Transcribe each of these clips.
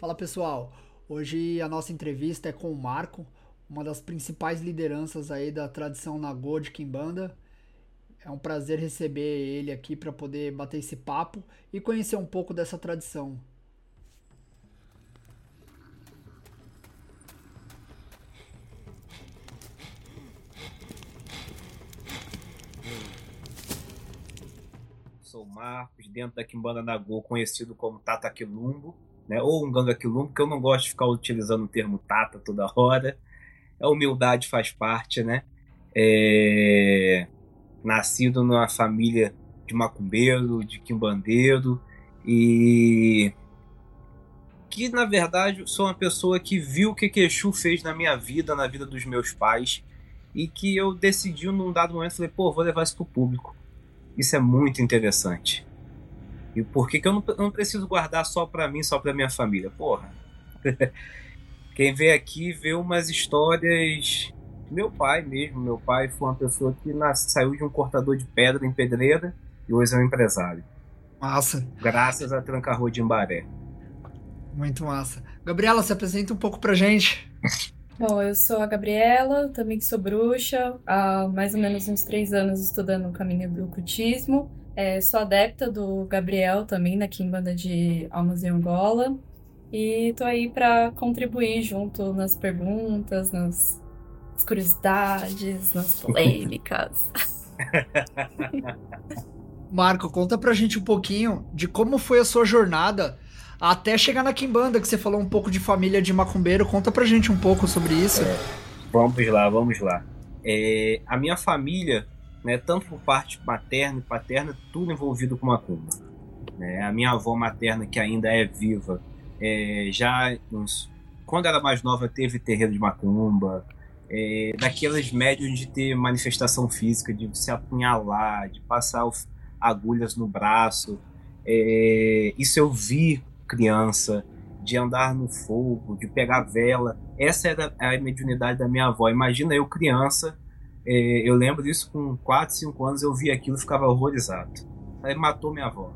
Fala pessoal, hoje a nossa entrevista é com o Marco, uma das principais lideranças aí da tradição Nagô de Quimbanda. É um prazer receber ele aqui para poder bater esse papo e conhecer um pouco dessa tradição. Sou o Marcos, dentro da Quimbanda Nagô, conhecido como Tata Quilumbo, né? Ou um Ganga Quilumbo, porque eu não gosto de ficar utilizando o termo Tata toda hora. A humildade faz parte, né? Nascido numa família de macumbeiro, de quimbandeiro, e que, na verdade, sou uma pessoa que viu o que Exu fez na minha vida, na vida dos meus pais, e que eu decidi, num dado momento, falei, pô, vou levar isso pro público. Isso é muito interessante. E por que, que eu não preciso guardar só para mim, só para minha família? Porra, quem vê aqui vê umas histórias. Meu pai mesmo. Meu pai foi uma pessoa que saiu de um cortador de pedra em Pedreira e hoje é um empresário. Massa, Graças a Tranca-Rua de Imbaré. muito massa. Gabriela, se apresenta um pouco pra gente. Bom, eu sou a Gabriela, também sou bruxa, há mais ou menos uns 3 anos estudando o caminho do ocultismo. Sou adepta do Gabriel também, na Quimbanda de Almas em Angola. E tô aí para contribuir junto nas perguntas, nas curiosidades, nas polêmicas. Marco, conta pra gente um pouquinho de como foi a sua jornada até chegar na Quimbanda, que você falou um pouco de família de macumbeiro. Conta pra gente um pouco sobre isso. Vamos lá, vamos lá. A minha família, né, tanto por parte materna e paterna, tudo envolvido com macumba. Né? A minha avó materna, que ainda é viva, quando era mais nova, teve terreiro de macumba, daquelas médias de ter manifestação física, de se apunhalar, de passar agulhas no braço. Isso eu vi criança, de andar no fogo, de pegar vela. Essa era a mediunidade da minha avó. Imagina eu criança, eu lembro disso com 4, 5 anos, eu vi aquilo e ficava horrorizado. Aí matou minha avó.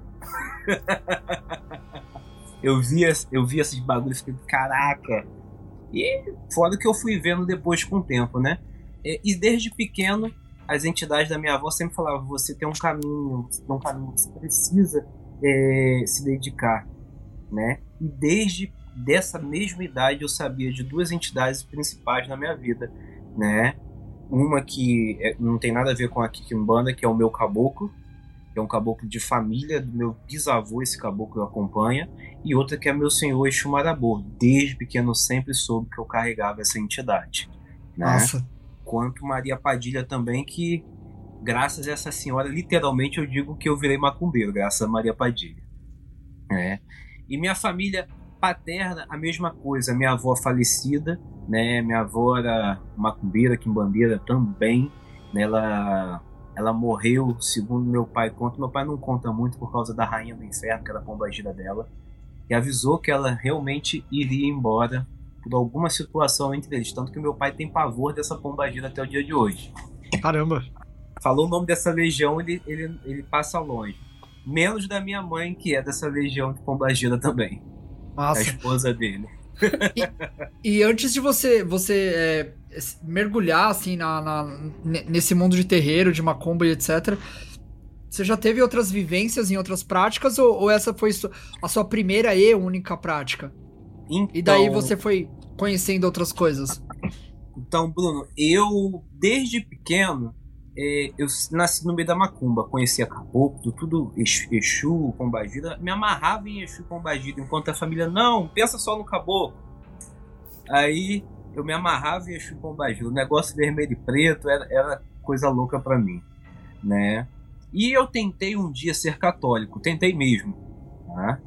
eu via esses bagulhos e fiquei, caraca. E fora que eu fui vendo depois com o tempo, né? E desde pequeno, as entidades da minha avó sempre falavam, você tem um caminho, você precisa se dedicar, né? E desde dessa mesma idade eu sabia de 2 entidades principais na minha vida, né? Uma que não tem nada a ver com a Quimbanda, que é o meu caboclo, que é um caboclo de família do meu bisavô, esse caboclo acompanha, e outra que é meu senhor Exu Marabô. Desde pequeno eu sempre soube que eu carregava essa entidade, né? Nossa. Quanto Maria Padilha também, que graças a essa senhora, literalmente eu digo que eu virei macumbeiro, graças a Maria Padilha. E minha família paterna, a mesma coisa. Minha avó falecida, né? Minha avó era macumbeira, quimbandeira também. Né? Ela morreu, segundo meu pai conta. Meu pai não conta muito por causa da rainha do inferno, que era a pombagira dela. E avisou que ela realmente iria embora por alguma situação entre eles. Tanto que meu pai tem pavor dessa pombagira até o dia de hoje. Caramba. Falou o nome dessa legião, ele passa longe. Menos da minha mãe, que é dessa legião de pombagira também. Massa. A esposa dele. E antes de você mergulhar assim nesse mundo de terreiro, de macumba e etc., você já teve outras vivências em outras práticas ou essa foi a sua primeira e única prática? Então, e daí você foi conhecendo outras coisas? Então, Bruno, eu desde pequeno eu nasci no meio da macumba, conhecia caboclo, tudo Exu, pombagira, me amarrava em Exu, pombagira, enquanto a família, não, pensa só no caboclo. Aí eu me amarrava em Exu, pombagira, o negócio vermelho e preto era coisa louca pra mim, né? E eu tentei um dia ser católico, tentei mesmo, né?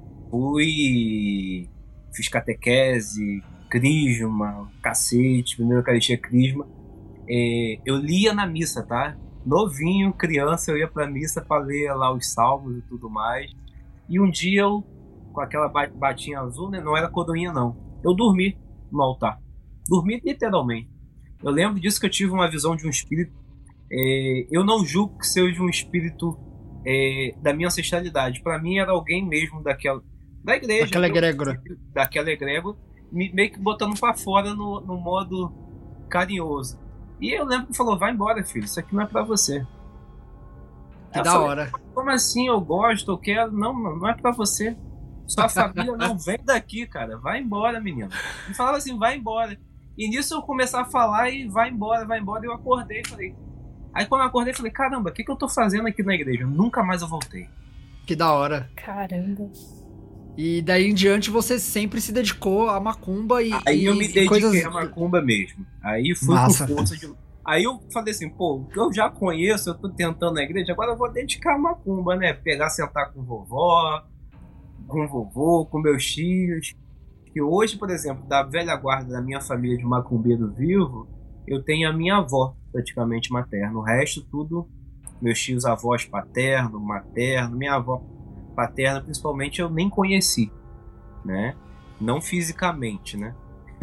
Fiz catequese, crisma, cacete, primeiro Eucaristia crisma. Eu lia na missa, tá? Novinho, criança, eu ia pra missa pra ler lá os salmos e tudo mais. E um dia eu, com aquela batinha azul, né? Não era coroinha não. Eu dormi no altar. Dormi literalmente. Eu lembro disso, que eu tive uma visão de um espírito. Eu não julgo que seja um espírito da minha ancestralidade. Pra mim era alguém mesmo da igreja. Daquela egrégora. Daquela egrégora, meio que botando pra fora no modo carinhoso. E eu lembro que falou, vai embora, filho, isso aqui não é pra você. Que da hora. Como assim? Eu gosto, eu quero. Não é pra você. Sua família não vem daqui, cara. Vai embora, menino. E falava assim, vai embora. E nisso eu começar a falar e vai embora. E eu acordei e falei. Aí quando eu acordei, falei, caramba, o que eu tô fazendo aqui na igreja? Nunca mais eu voltei. Que da hora. Caramba. E daí em diante você sempre se dedicou à macumba e aí eu me dediquei coisas... à macumba mesmo. Aí fui Massa. por força de... Aí eu falei assim, pô, o que eu já conheço, eu tô tentando na igreja, agora eu vou dedicar a macumba, né? Pegar, sentar com vovó, com vovô, com meus tios. Que hoje, por exemplo, da velha guarda da minha família de macumbeiro vivo, eu tenho a minha avó, praticamente materna. O resto, tudo, meus tios avós paterno, materno, minha avó paterna, principalmente, eu nem conheci, né? Não fisicamente, né?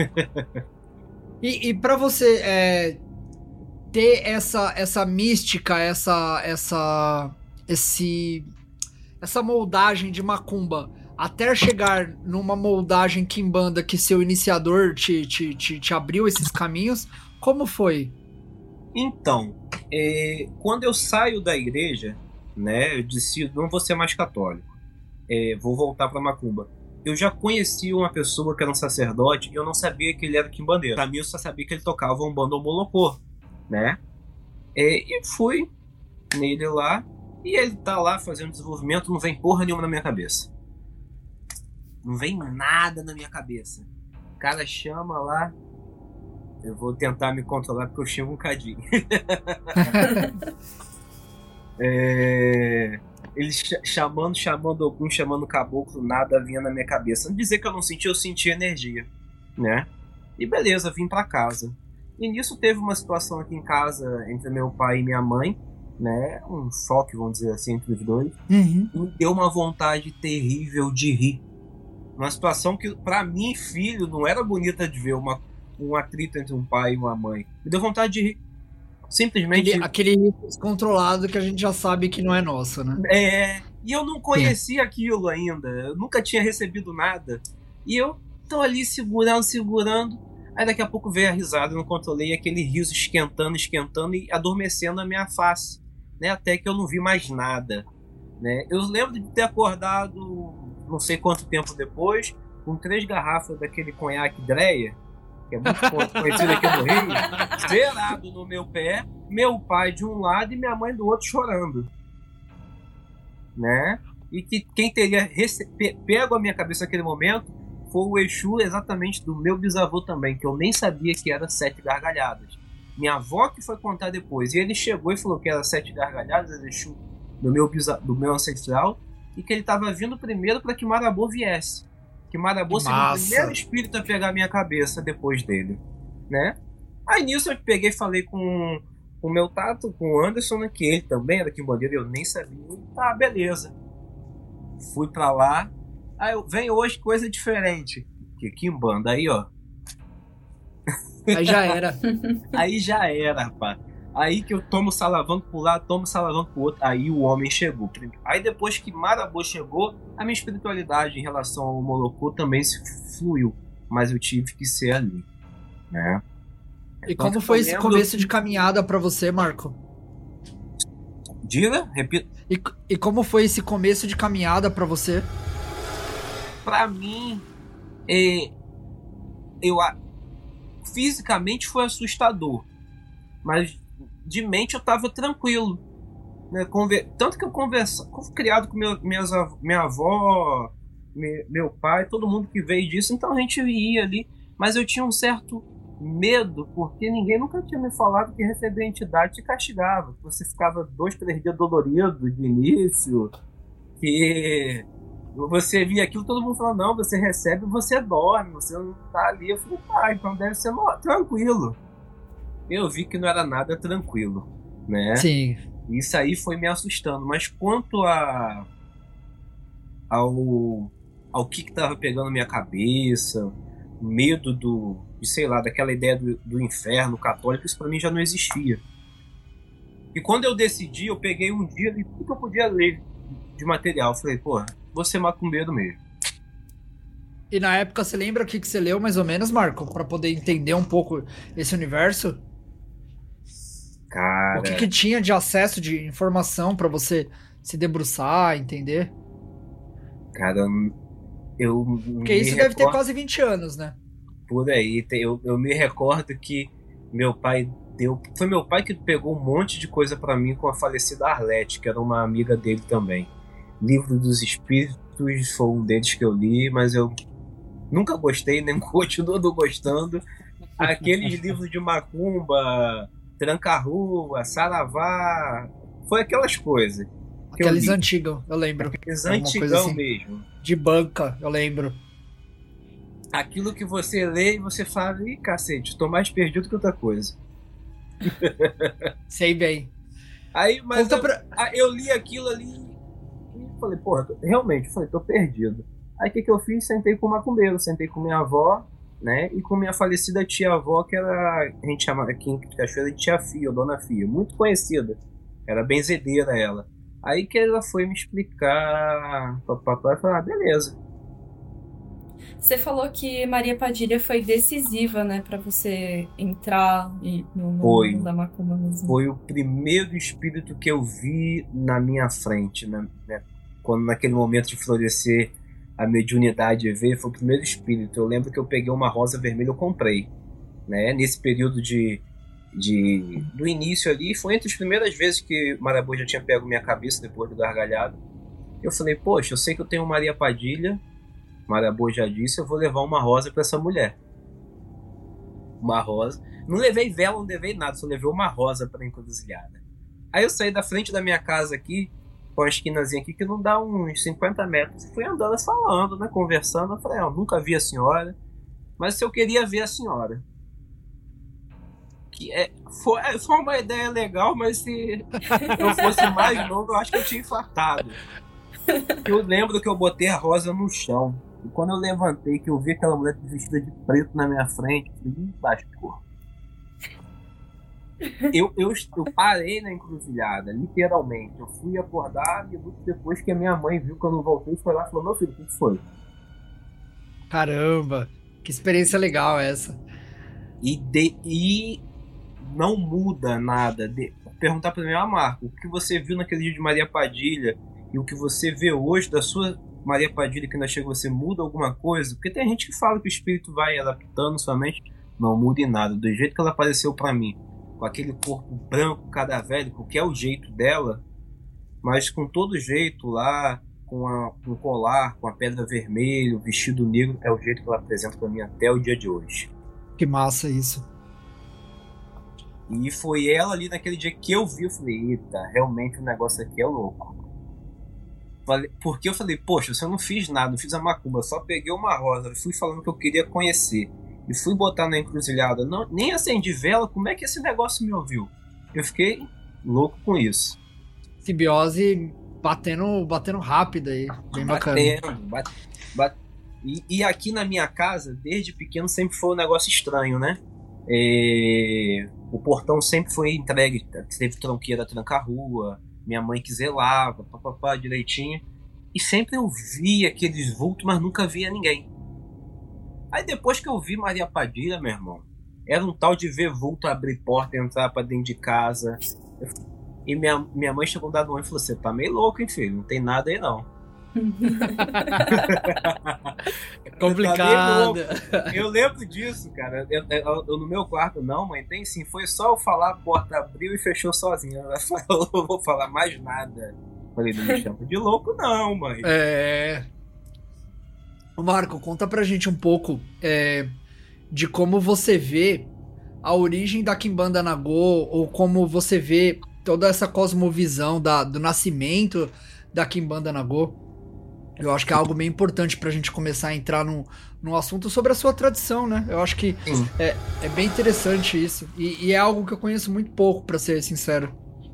E pra você ter essa mística, essa moldagem de macumba, até chegar numa moldagem quimbanda que seu iniciador te abriu esses caminhos, como foi? Então, quando eu saio da igreja, né, eu decido, não vou ser mais católico, vou voltar pra macumba. Eu já conhecia uma pessoa que era um sacerdote e eu não sabia que ele era quimbandeiro. Pra mim, eu só sabia que ele tocava um bando molocô, né? E fui nele lá e ele tá lá fazendo desenvolvimento, não vem porra nenhuma na minha cabeça. Não vem nada na minha cabeça. O cara chama lá, eu vou tentar me controlar porque eu xingo um cadinho. Ele chamando algum, chamando caboclo, nada vinha na minha cabeça. Não dizer que eu não senti, eu senti energia, né? E beleza, vim pra casa. E nisso teve uma situação aqui em casa entre meu pai e minha mãe, né? Um choque, vamos dizer assim, entre os dois. Uhum. E me deu uma vontade terrível de rir. Uma situação que, pra mim, filho, não era bonita de ver um atrito entre um pai e uma mãe. Me deu vontade de rir. Simplesmente... Aquele descontrolado que a gente já sabe que não é nosso, né? E eu não conhecia aquilo ainda. Eu nunca tinha recebido nada. E eu tô ali segurando. Aí daqui a pouco veio a risada, eu não controlei, aquele riso esquentando e adormecendo a minha face, né? Até que eu não vi mais nada, né? Eu lembro de ter acordado, não sei quanto tempo depois, com 3 garrafas daquele conhaque Dreia, que é muito conhecido aqui no Rio, zerado no meu pé, meu pai de um lado e minha mãe do outro chorando, né? E que quem teria pego a minha cabeça naquele momento foi o Exu exatamente do meu bisavô também, que eu nem sabia que era 7 gargalhadas. Minha avó que foi contar depois. E ele chegou e falou que era 7 gargalhadas, Exu do meu ancestral, e que ele estava vindo primeiro para que Marabô viesse. Que Marabô seria o primeiro espírito a pegar a minha cabeça depois dele, né? Aí nisso eu peguei e falei com o meu tato, com o Anderson, né, que ele também era quimbandeiro, eu nem sabia. Tá, beleza. Fui pra lá. Aí vem hoje coisa diferente. Que quimbanda aí, ó. Aí já era. Aí já era, rapaz. Aí que eu tomo salavanco pro lado, tomo salavanco pro outro. Aí o homem chegou. Aí depois que Marabô chegou, a minha espiritualidade em relação ao Molocô também se fluiu. Mas eu tive que ser ali, né? E então, como foi esse começo de caminhada pra você, Marco? Diga, repita. E como foi esse começo de caminhada pra você? Pra mim, fisicamente foi assustador, mas de mente eu tava tranquilo, né? Tanto que eu fui criado com minha avó, meu pai, todo mundo que veio disso, então a gente ia ali, mas eu tinha um certo medo, porque ninguém nunca tinha me falado que receber a entidade te castigava, você ficava 2, 3 dias dolorido de início, que você via aquilo, todo mundo falando, não, você recebe, você dorme, você não tá ali. Eu falei, então deve ser tranquilo. Eu vi que não era nada tranquilo, né? Sim. Isso aí foi me assustando. Mas quanto ao que tava pegando minha cabeça, medo sei lá, daquela ideia do inferno católico, isso pra mim já não existia. E quando eu decidi, eu peguei um dia e tudo que eu podia ler de material. Eu falei, porra, vou ser macumbeiro mesmo. E na época, você lembra o que você leu mais ou menos, Marco? Pra poder entender um pouco esse universo? O que Cara, tinha de acesso de informação pra você se debruçar, entender? cara, eu Porque me isso deve ter recordo quase 20 anos, né? por aí, eu me recordo que meu pai deu. Foi meu pai que pegou um monte de coisa pra mim com a falecida Arlete, que era uma amiga dele também. Livro dos Espíritos foi um deles que eu li, mas eu nunca gostei, nem continuo não gostando. Aqueles livros de Macumba, Tranca-Rua, Saravá, foi aquelas coisas que eu Aqueles li. antigos, eu lembro. Aqueles Alguma coisa antigão assim. mesmo. De banca, eu lembro. Aquilo que você lê e você fala, ih, cacete, tô mais perdido que outra coisa. Sei bem. Aí, mas Conta pra. eu li aquilo ali e falei, porra, realmente, falei, tô perdido. Aí o que que eu fiz? Sentei com o macumbeiro, sentei com minha avó, né, e com minha falecida tia-avó, que era, a gente chama aqui em Cachoeira de Tia Fia, ou Dona Fia, muito conhecida. Era benzedeira ela. Aí que ela foi me explicar, papai, falou, ah, beleza. Você falou que Maria Padilha foi decisiva, né, pra você entrar no Foi. mundo da macumba mesmo. Foi o primeiro espírito que eu vi na minha frente, né? Quando naquele momento de florescer a mediunidade veio, foi o primeiro espírito. Eu lembro que eu peguei uma rosa vermelha, eu comprei, né? Nesse período do início ali, foi entre as primeiras vezes que Marabô já tinha pego minha cabeça depois do gargalhado. Eu falei, poxa, eu sei que eu tenho Maria Padilha, Marabô já disse, eu vou levar uma rosa para essa mulher. Uma rosa. Não levei vela, não levei nada, só levei uma rosa pra encruzilhada. Aí eu saí da frente da minha casa aqui, com a esquinazinha aqui, que não dá uns 50 metros. Fui andando, falando, né, conversando. Eu falei, eu nunca vi a senhora, mas se eu queria ver a senhora. Foi uma ideia legal, mas se eu fosse mais novo, eu acho que eu tinha infartado. Eu lembro que eu botei a rosa no chão. E quando eu levantei, que eu vi aquela mulher vestida de preto na minha frente, eu falei, lascou. Eu parei na encruzilhada, literalmente. Eu fui acordar minutos depois que a minha mãe viu que eu não voltei, foi lá e falou, meu filho, o que foi? Caramba, que experiência legal essa. E não muda nada. Perguntar pra mim, Marco, o que você viu naquele dia de Maria Padilha e o que você vê hoje da sua Maria Padilha que ainda chega, você muda alguma coisa? Porque tem gente que fala que o espírito vai adaptando somente, não muda em nada. Do jeito que ela apareceu pra mim, com aquele corpo branco cadavélico, que é o jeito dela, mas com todo jeito lá, com um colar, com a pedra vermelha, o vestido negro, é o jeito que ela apresenta pra mim até o dia de hoje. Que massa isso. E foi ela ali naquele dia que eu vi, eu falei, eita, realmente o negócio aqui é louco. Porque eu falei, poxa, se eu não fiz nada, não fiz a macumba, só peguei uma rosa, fui falando que eu queria conhecer e fui botar na encruzilhada, não, nem acendi vela, como é que esse negócio me ouviu? Eu fiquei louco com isso. Simbiose batendo rápido aí, bem bacana. E aqui na minha casa, desde pequeno, sempre foi um negócio estranho, né? O portão sempre foi entregue, teve tronqueira, tranca-rua, minha mãe que zelava, papapá, direitinho. E sempre eu via aqueles vultos, mas nunca via ninguém. Aí depois que eu vi Maria Padilha, meu irmão, era um tal de ver vulto abrir porta, entrar pra dentro de casa. E minha mãe chegou um dado momento e falou, você tá meio louco, hein, filho? Não tem nada aí, não. Complicado. Eu lembro disso, cara. Eu no meu quarto, não, mãe, tem sim. Foi só eu falar, a porta abriu e fechou sozinha. Ela falou, não vou falar mais nada. Falei, não me chama de louco, não, mãe. Marco, conta pra gente um pouco de como você vê a origem da Quimbanda Nagô, ou como você vê toda essa cosmovisão do nascimento da Quimbanda Nagô. Eu acho que é algo bem importante pra gente começar a entrar num assunto sobre a sua tradição, né? Eu acho que é bem interessante isso. E é algo que eu conheço muito pouco, pra ser sincero.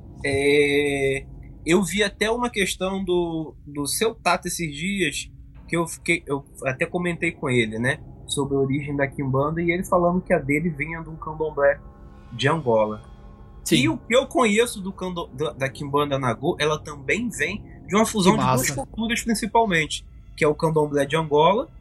Eu vi até uma questão do seu Tato esses dias, que eu até comentei com ele, né? Sobre a origem da Quimbanda, e ele falando que a dele vinha de um candomblé de Angola. Sim. E o que eu conheço da Quimbanda Nagô, ela também vem de uma fusão de duas culturas, principalmente, que é o candomblé de Angola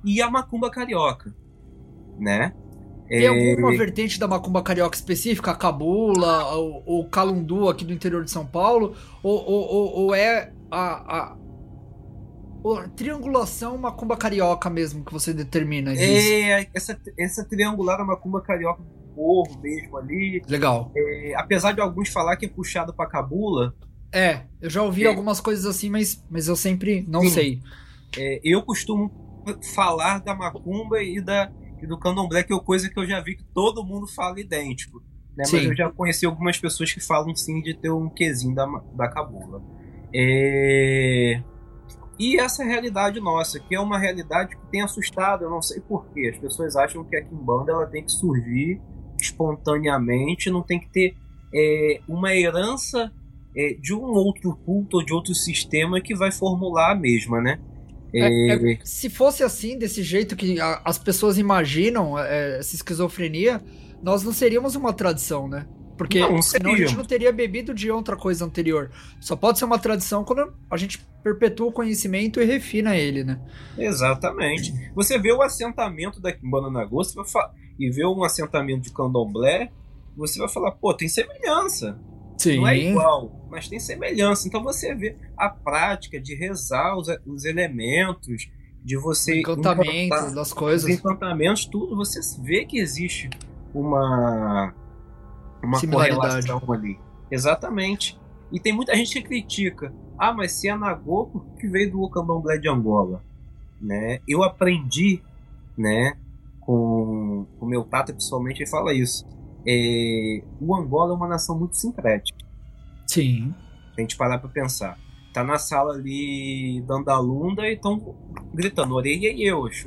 e a macumba carioca, né? Tem alguma vertente da macumba carioca específica, a cabula, o calundu aqui do interior de São Paulo, ou é a triangulação macumba carioca mesmo que você determina? Essa triangular da macumba carioca do morro mesmo ali. Legal. Apesar de alguns falar que é puxado pra cabula. Eu já ouvi algumas coisas assim, mas eu sempre não sei. Eu costumo falar da macumba e do candomblé, que é coisa que eu já vi que todo mundo fala idêntico, né? Mas eu já conheci algumas pessoas que falam sim de ter um quezinho da cabula. E essa é a realidade nossa, que é uma realidade que tem assustado, eu não sei porquê. As pessoas acham que a quimbanda ela tem que surgir espontaneamente, não tem que ter uma herança de um outro culto ou de outro sistema que vai formular a mesma, né? Se fosse assim, desse jeito que as pessoas imaginam essa esquizofrenia, nós não seríamos uma tradição, né? Porque senão a gente não teria bebido de outra coisa anterior. Só pode ser uma tradição quando a gente perpetua o conhecimento e refina ele, né? Exatamente. Você vê o assentamento da Quimbanda Nagô e vê um assentamento de candomblé, você vai falar, pô, tem semelhança. Sim. Não é igual, mas tem semelhança. Então você vê a prática de rezar os elementos, de você... O encantamento das coisas. Os encantamentos, tudo. Você vê que existe uma correlação ali. Exatamente. E tem muita gente que critica. Ah, mas se é Nagô, por que veio do candomblé de Angola? Né? Eu aprendi, né, com o meu tata, pessoalmente, ele fala isso. O Angola é uma nação muito sincrética. Sim. A gente parar pra pensar. Tá na sala ali dando a lunda e estão gritando orelha e eu, Oxum.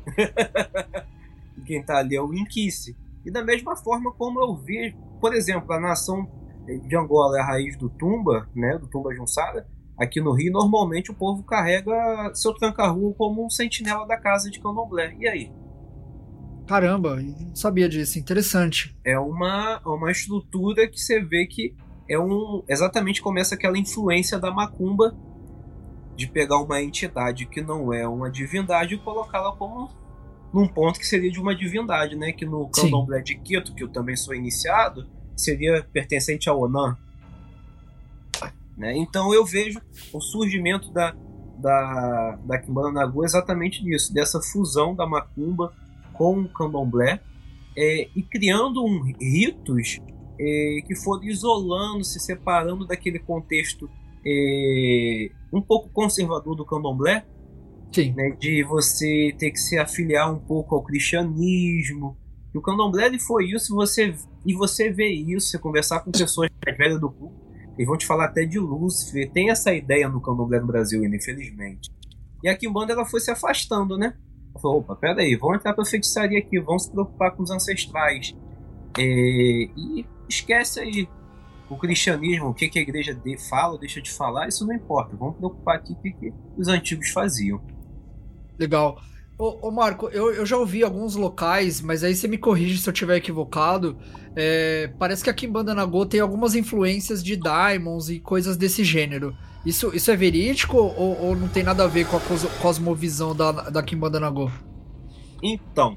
Quem tá ali é o Inquice. E da mesma forma como eu vi, por exemplo, a nação de Angola é a raiz do Tumba, né, do Tumba Junçara. Aqui no Rio, normalmente o povo carrega seu tranca-rua como um sentinela da casa de candomblé. E aí? Caramba, não sabia disso, interessante. É uma estrutura que você vê que exatamente começa aquela influência da macumba de pegar uma entidade que não é uma divindade e colocá-la como num ponto que seria de uma divindade, né? Que no candomblé de Quito, que eu também sou iniciado, seria pertencente ao Onan. Né? Então eu vejo o surgimento da Quimbanda Nagô exatamente disso, dessa fusão da macumba com o candomblé, e criando ritos que foram isolando, se separando daquele contexto um pouco conservador do candomblé, né, de você ter que se afiliar um pouco ao cristianismo. E o candomblé ele foi isso, e você vê isso, você conversar com pessoas mais velhas do culto, eles vão te falar até de Lúcifer. Tem essa ideia no candomblé no Brasil ainda, infelizmente. E a quimbanda ela foi se afastando, né? Falou, opa, peraí, vamos entrar pra feitiçaria aqui, vamos se preocupar com os ancestrais. E esquece aí o cristianismo, o que a igreja fala ou deixa de falar, isso não importa. Vamos preocupar aqui com o que os antigos faziam. Legal. Ô Marco, eu já ouvi alguns locais, mas aí você me corrige se eu estiver equivocado. Parece que a Quimbanda Nagô tem algumas influências de Daimons e coisas desse gênero. Isso é verídico ou não tem nada a ver com a cosmovisão da Quimbanda Nagô? Então,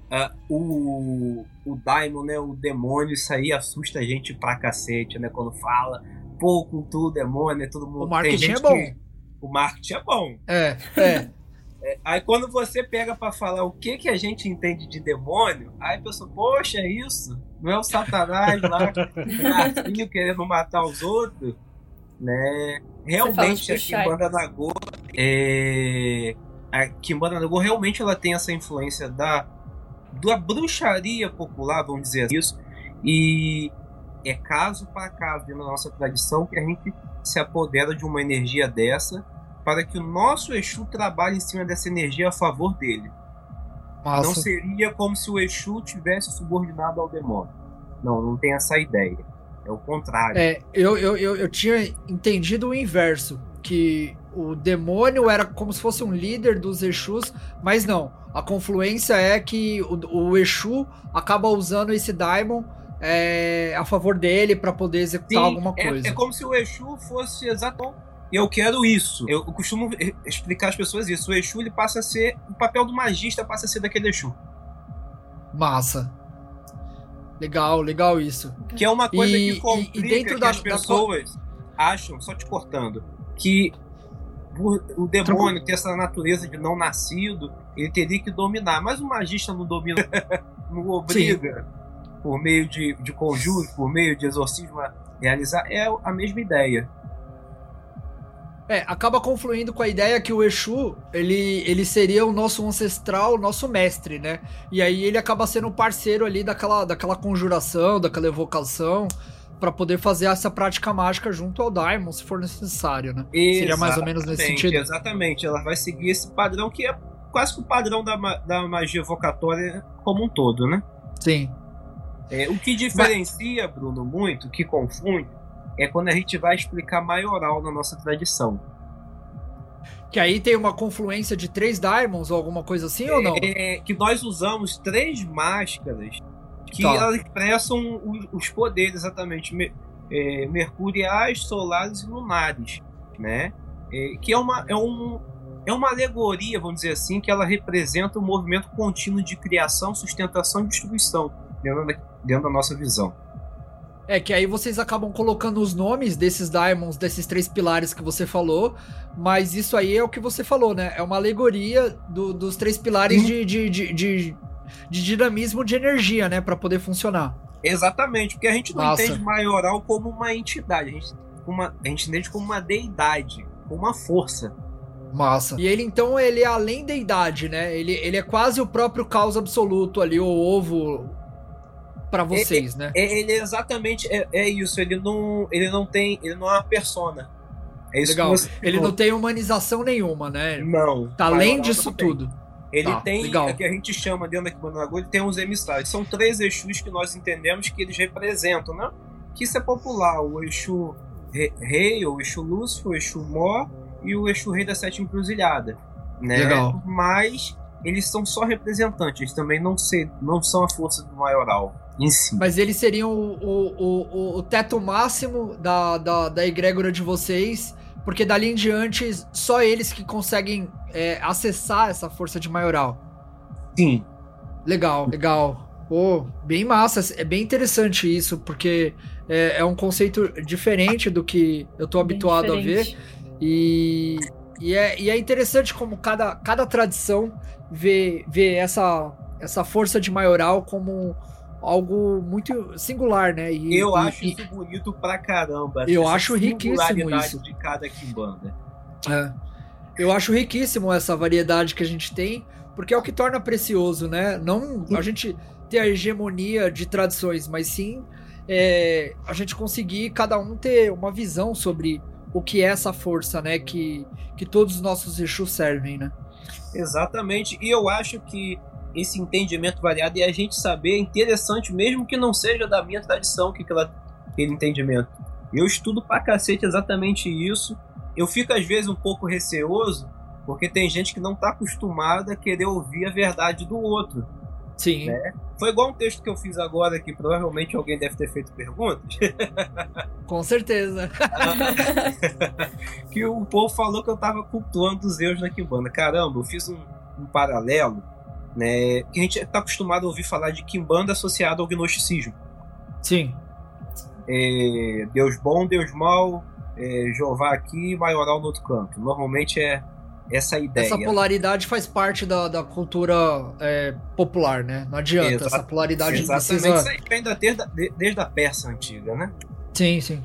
o Daimon, né, o demônio, isso aí assusta a gente pra cacete, né? Quando fala, pô, cultura, demônio, todo mundo... O marketing é bom. O marketing é bom. Aí quando você pega pra falar o que a gente entende de demônio, aí a pessoa, poxa, é isso? Não é o Satanás lá, querendo matar os outros? Né? Realmente a Quimbanda Nagô realmente ela tem essa influência da bruxaria popular, vamos dizer isso, e é caso para caso dentro da nossa tradição que a gente se apodera de uma energia dessa para que o nosso Exu trabalhe em cima dessa energia a favor dele. Massa. Não seria como se o Exu tivesse subordinado ao demônio. Não tem essa ideia. É o contrário. Eu tinha entendido o inverso, que o demônio era como se fosse um líder dos Exus, mas não. A confluência é que o Exu acaba usando esse Daimon a favor dele para poder executar alguma coisa. É como se o Exu fosse exatamente eu quero isso. Eu costumo explicar às pessoas isso. O Exu, ele passa a ser... O papel do magista passa a ser daquele Exu. Massa. Legal isso. Que é uma coisa que complica, que as pessoas acham, só te cortando, que o demônio ter essa natureza de não nascido, ele teria que dominar. Mas o magista não domina, não obriga, por meio de conjuro, por meio de exorcismo, a realizar. É a mesma ideia. Acaba confluindo com a ideia que o Exu, ele seria o nosso ancestral, o nosso mestre, né? E aí ele acaba sendo um parceiro ali daquela conjuração, daquela evocação, pra poder fazer essa prática mágica junto ao Daimon, se for necessário, né? Seria mais ou menos nesse sentido? Exatamente, ela vai seguir esse padrão que é quase que o padrão da magia evocatória como um todo, né? Sim. O que diferencia, Bruno, muito, o que confunde, é quando a gente vai explicar maioral na nossa tradição. Que aí tem uma confluência de 3 Daimons ou alguma coisa assim, ou não? Que nós usamos 3 máscaras que elas expressam os poderes exatamente mercuriais, solares e lunares, né? Que é uma alegoria, vamos dizer assim, que ela representa um movimento contínuo de criação, sustentação e destruição dentro da nossa visão. Que aí vocês acabam colocando os nomes desses Daimons, desses 3 pilares que você falou, mas isso aí é o que você falou, né? É uma alegoria dos 3 pilares de dinamismo de energia, né? Pra poder funcionar. Exatamente, porque a gente não entende maioral como uma entidade, a gente entende como uma deidade, como uma força. Massa. E ele, então, ele é além deidade, né? Ele é quase o próprio caos absoluto ali, o ovo... pra vocês, né? Ele exatamente é isso. Ele não é uma persona. É isso. Legal. Ele não tem humanização nenhuma, né? Não. Tá além disso tudo. Ele tem, que a gente chama dentro da Quimbanda Nagô, ele tem uns emissários. São 3 Exus que nós entendemos que eles representam, né? Que isso é popular. O Exu Rei, o Exu Lúcifer, o Exu Mó e o Exu Rei da Sete Encruzilhada, né? Legal. Mas eles são só representantes. Eles também não são a força do maioral em si. Mas eles seriam o teto máximo da egrégora de vocês, porque dali em diante só eles que conseguem acessar essa força de maioral. Sim. Legal. Pô, bem massa, é bem interessante isso, porque é um conceito diferente do que eu tô habituado a ver. E é interessante como cada tradição vê essa força de maioral como algo muito singular, né? Eu acho isso bonito pra caramba. Eu acho riquíssimo isso. De cada quimbanda. Eu acho riquíssimo essa variedade que a gente tem, porque é o que torna precioso, né? Não a gente ter a hegemonia de tradições, mas sim a gente conseguir cada um ter uma visão sobre o que é essa força, né? Que todos os nossos Exus servem, né? Exatamente. E eu acho que esse entendimento variado e a gente saber é interessante, mesmo que não seja da minha tradição, aquele entendimento. Eu estudo pra cacete exatamente isso. Eu fico às vezes um pouco receoso, porque tem gente que não tá acostumada a querer ouvir a verdade do outro. Sim. Né? Foi igual um texto que eu fiz agora, que provavelmente alguém deve ter feito perguntas. Com certeza. Que o povo falou que eu tava cultuando os Zeus na Quimbanda. Caramba, eu fiz um paralelo, né? Que a gente tá acostumado a ouvir falar de Quimbanda associado ao gnosticismo. Sim. Deus bom, Deus mau, Jeová aqui, maioral no outro canto. Normalmente é essa ideia. Essa polaridade faz parte da cultura popular, né? Não adianta, essa polaridade exatamente, precisa... isso aí vem desde a Pérsia antiga, né? Sim.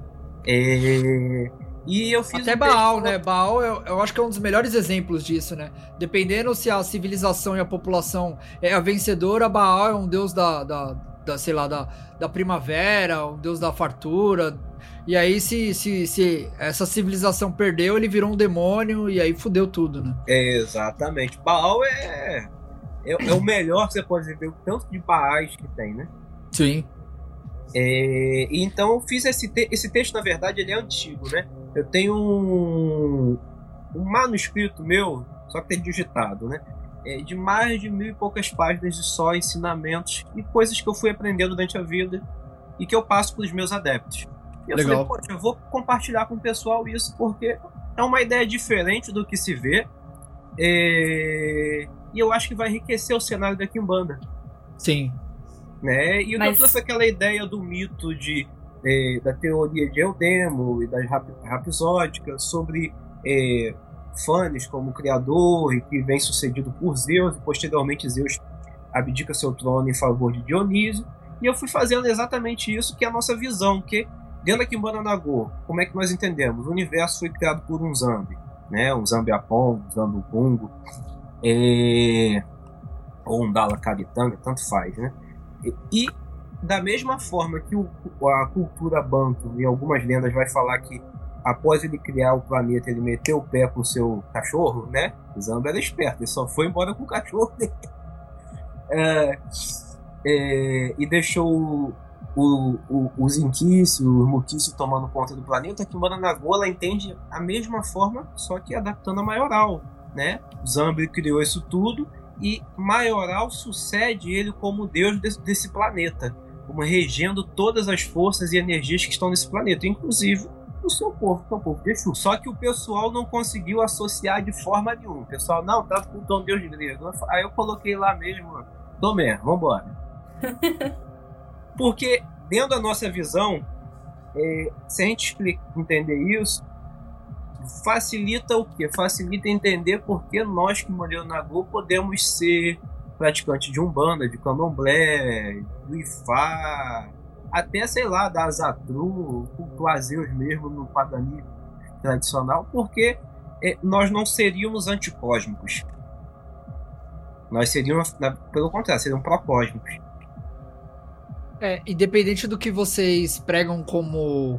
E eu fiz até Baal, né? Baal eu acho que é um dos melhores exemplos disso, né? Dependendo se a civilização e a população é a vencedora, Baal é um deus sei lá, da primavera, um deus da fartura. E aí, se essa civilização perdeu, ele virou um demônio e aí fudeu tudo, né? Exatamente. Baal é o melhor que você pode ver, o tanto de Baais que tem, né? Sim. Então eu fiz esse texto, na verdade, ele é antigo, né? Eu tenho um manuscrito meu, só que tem digitado, né? De mais de 1000 e poucas páginas de só ensinamentos e coisas que eu fui aprendendo durante a vida e que eu passo para os meus adeptos. E eu Legal. falei, poxa, eu vou compartilhar com o pessoal isso, porque é uma ideia diferente do que se vê. E eu acho que vai enriquecer o cenário da Quimbanda. Sim. Né? E eu trouxe aquela ideia do mito da teoria de Eudemo e das rapsódicas sobre Fanes como criador e que vem sucedido por Zeus, e posteriormente Zeus abdica seu trono em favor de Dionísio. E eu fui fazendo exatamente isso, que é a nossa visão, que dentro da Quimbanda Nagô, como é que nós entendemos? O universo foi criado por um Zambi, né? Um Zambi Apom, um Zambi Upungo, ou um Dala Caritanga, tanto faz, né? E da mesma forma que a cultura Banto, em algumas lendas, vai falar que após ele criar o planeta, ele meteu o pé com o seu cachorro, né? O Zambi era esperto, ele só foi embora com o cachorro dele. E deixou os Inquices, os Muquices tomando conta do planeta. A Quimbanda Nagô, ela entende a mesma forma, só que adaptando a Maioral, né? O Zambi criou isso tudo e Maioral sucede ele como deus desse planeta, como regendo todas as forças e energias que estão nesse planeta, inclusive o seu povo, que é o povo de Exu. Só que o pessoal não conseguiu associar de forma nenhuma. O pessoal, não, tá com um deus grego. Aí eu coloquei lá mesmo, Tomé, vambora. Porque dentro da nossa visão, se a gente entender isso, facilita o quê? Facilita entender porque nós que moramos na Nagô podemos ser praticantes de Umbanda, de Candomblé, do Ifá, até, sei lá, da Azatru, cultuar Zeus mesmo no paganismo tradicional, porque nós não seríamos anticósmicos. Nós seríamos, pelo contrário, seríamos procósmicos. Independente do que vocês pregam como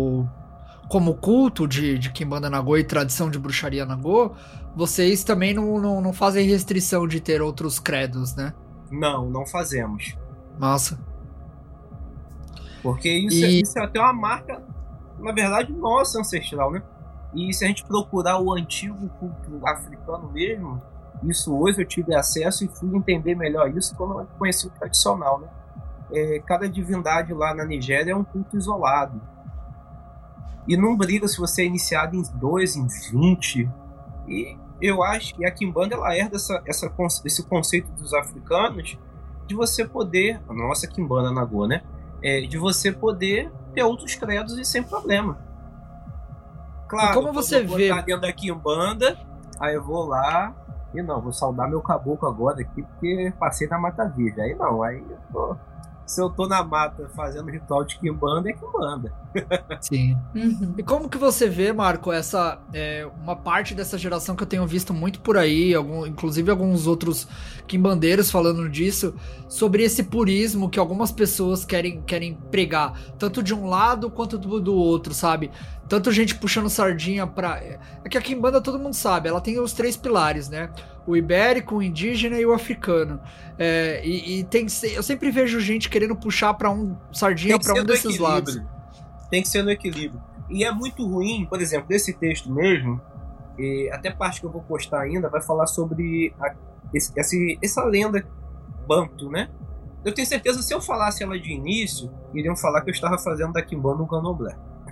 culto de Quimbanda Nagô e tradição de bruxaria Nagô, vocês também não fazem restrição de ter outros credos, né? Não fazemos. Massa. Porque isso é até uma marca, na verdade, nossa ancestral, né? E se a gente procurar o antigo culto africano mesmo, isso hoje eu tive acesso e fui entender melhor isso quando eu conheci o tradicional, né? Cada divindade lá na Nigéria é um culto isolado. E não briga se você é iniciado em 2, em 20. E eu acho que a Quimbanda ela herda esse conceito dos africanos de você poder, a nossa Quimbanda Nagô, né? De você poder ter outros credos e sem problema. Claro, e como você vê dentro da Quimbanda, aí eu vou lá e não, vou saudar meu caboclo agora aqui porque passei na Mata Virgem. Aí não, aí se eu tô na mata fazendo ritual de Quimbanda, é Quimbanda. Sim. Uhum. E como que você vê, Marco, uma parte dessa geração que eu tenho visto muito por aí, inclusive alguns outros quimbandeiros falando disso, sobre esse purismo que algumas pessoas querem pregar, tanto de um lado quanto do outro, sabe? Tanto gente puxando sardinha pra... É que a Quimbanda, todo mundo sabe, ela tem os 3 pilares, né? O ibérico, o indígena e o africano. Eu sempre vejo gente querendo puxar pra sardinha pra um desses lados. Tem que ser no equilíbrio. E é muito ruim, por exemplo, desse texto mesmo, até parte que eu vou postar ainda, vai falar sobre essa lenda Banto, né? Eu tenho certeza que se eu falasse ela de início, iriam falar que eu estava fazendo da Quimbanda um candomblé.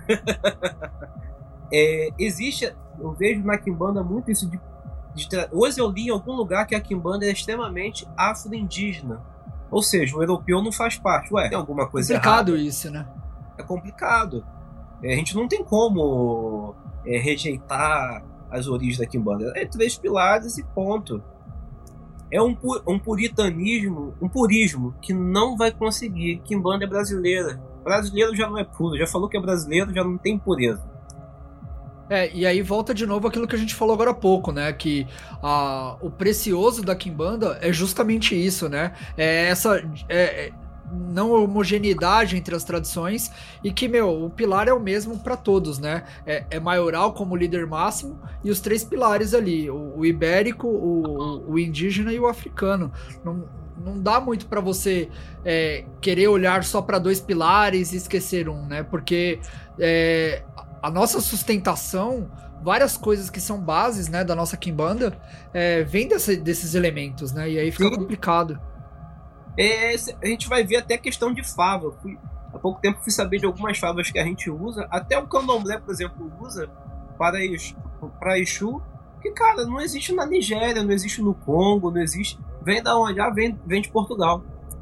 Eu vejo na Quimbanda muito isso hoje eu li em algum lugar que a Quimbanda é extremamente afro-indígena, ou seja, o europeu não faz parte. Tem alguma coisa complicado errada. Isso, né? É complicado. A gente não tem como rejeitar as origens da Quimbanda. 3 pilares e ponto. É um puritanismo, um purismo que não vai conseguir. Quimbanda é brasileira. Brasileiro já não é puro. Já falou que é brasileiro, já não tem pureza. E aí volta de novo aquilo que a gente falou agora há pouco, né? Que o precioso da Quimbanda é justamente isso, né? Essa não homogeneidade entre as tradições e que, o pilar é o mesmo para todos, né? É Maioral como líder máximo e os 3 pilares ali, o ibérico, o indígena e o africano. Não dá muito para você querer olhar só para 2 pilares e esquecer um, né? Porque a nossa sustentação, várias coisas que são bases, né, da nossa Quimbanda, vem desses elementos, né? E aí fica complicado. A gente vai ver até questão de fava. pouco tempo fui saber de algumas favas que a gente usa, até o candomblé, por exemplo, usa para Exu, que, cara, não existe na Nigéria, não existe no Congo, não existe. Vem da onde? Vem de Portugal.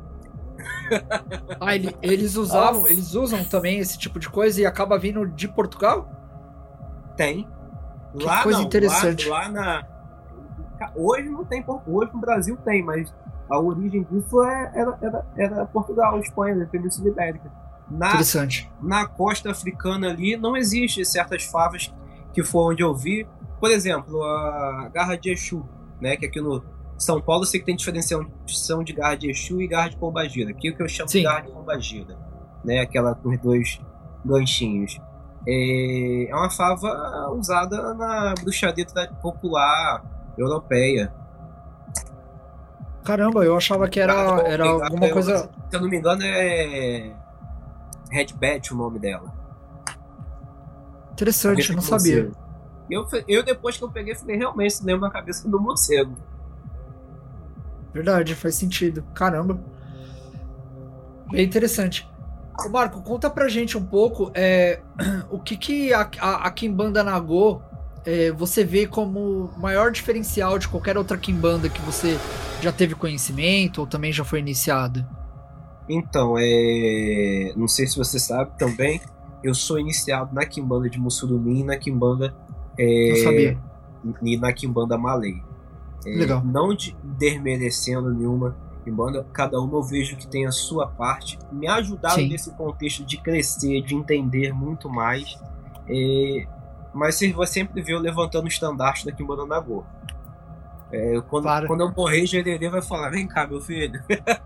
Eles usam também esse tipo de coisa e acaba vindo de Portugal? Tem. Que coisa interessante. Hoje não tem, hoje no Brasil tem, mas a origem disso era Portugal, Espanha, a Península Ibérica. Interessante. Na costa africana ali não existe certas favas que foi onde eu vi. Por exemplo, a garra de Exu, né, que aqui no São Paulo eu sei que tem diferenciação de garra de Exu e garra de pombagira, que é o que eu chamo de garra de pombagira, né, aquela com os 2 ganchinhos. É uma fava usada na bruxaria popular europeia. Caramba, eu achava que era alguma coisa... Se eu não me engano é Red Bat o nome dela. Interessante, eu não sabia. Eu depois que eu peguei, falei, realmente, isso lembra a cabeça do morcego. Verdade, faz sentido. Caramba. Bem interessante. Ô Marco, conta pra gente um pouco o que a Quimbanda Nagô você vê como maior diferencial de qualquer outra Quimbanda que você já teve conhecimento ou também já foi iniciada? Então, não sei se você sabe também, eu sou iniciado na Quimbanda de Mussurumim e na Quimbanda Não sabia. E na Quimbanda Malay. Legal. Não desmerecendo nenhuma Quimbanda, cada uma eu vejo que tem a sua parte. Me ajudaram nesse contexto de crescer, de entender muito mais. Mas você vai sempre ver eu levantando o estandarte da Quimbanda Nagô. Quando eu morrer, Gererê vai falar: vem cá, meu filho.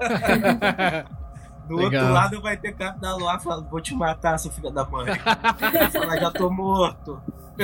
Do Legal. outro lado vai ter cara da Luar falando: vou te matar, seu filho da mãe. Vai falar: já tô morto.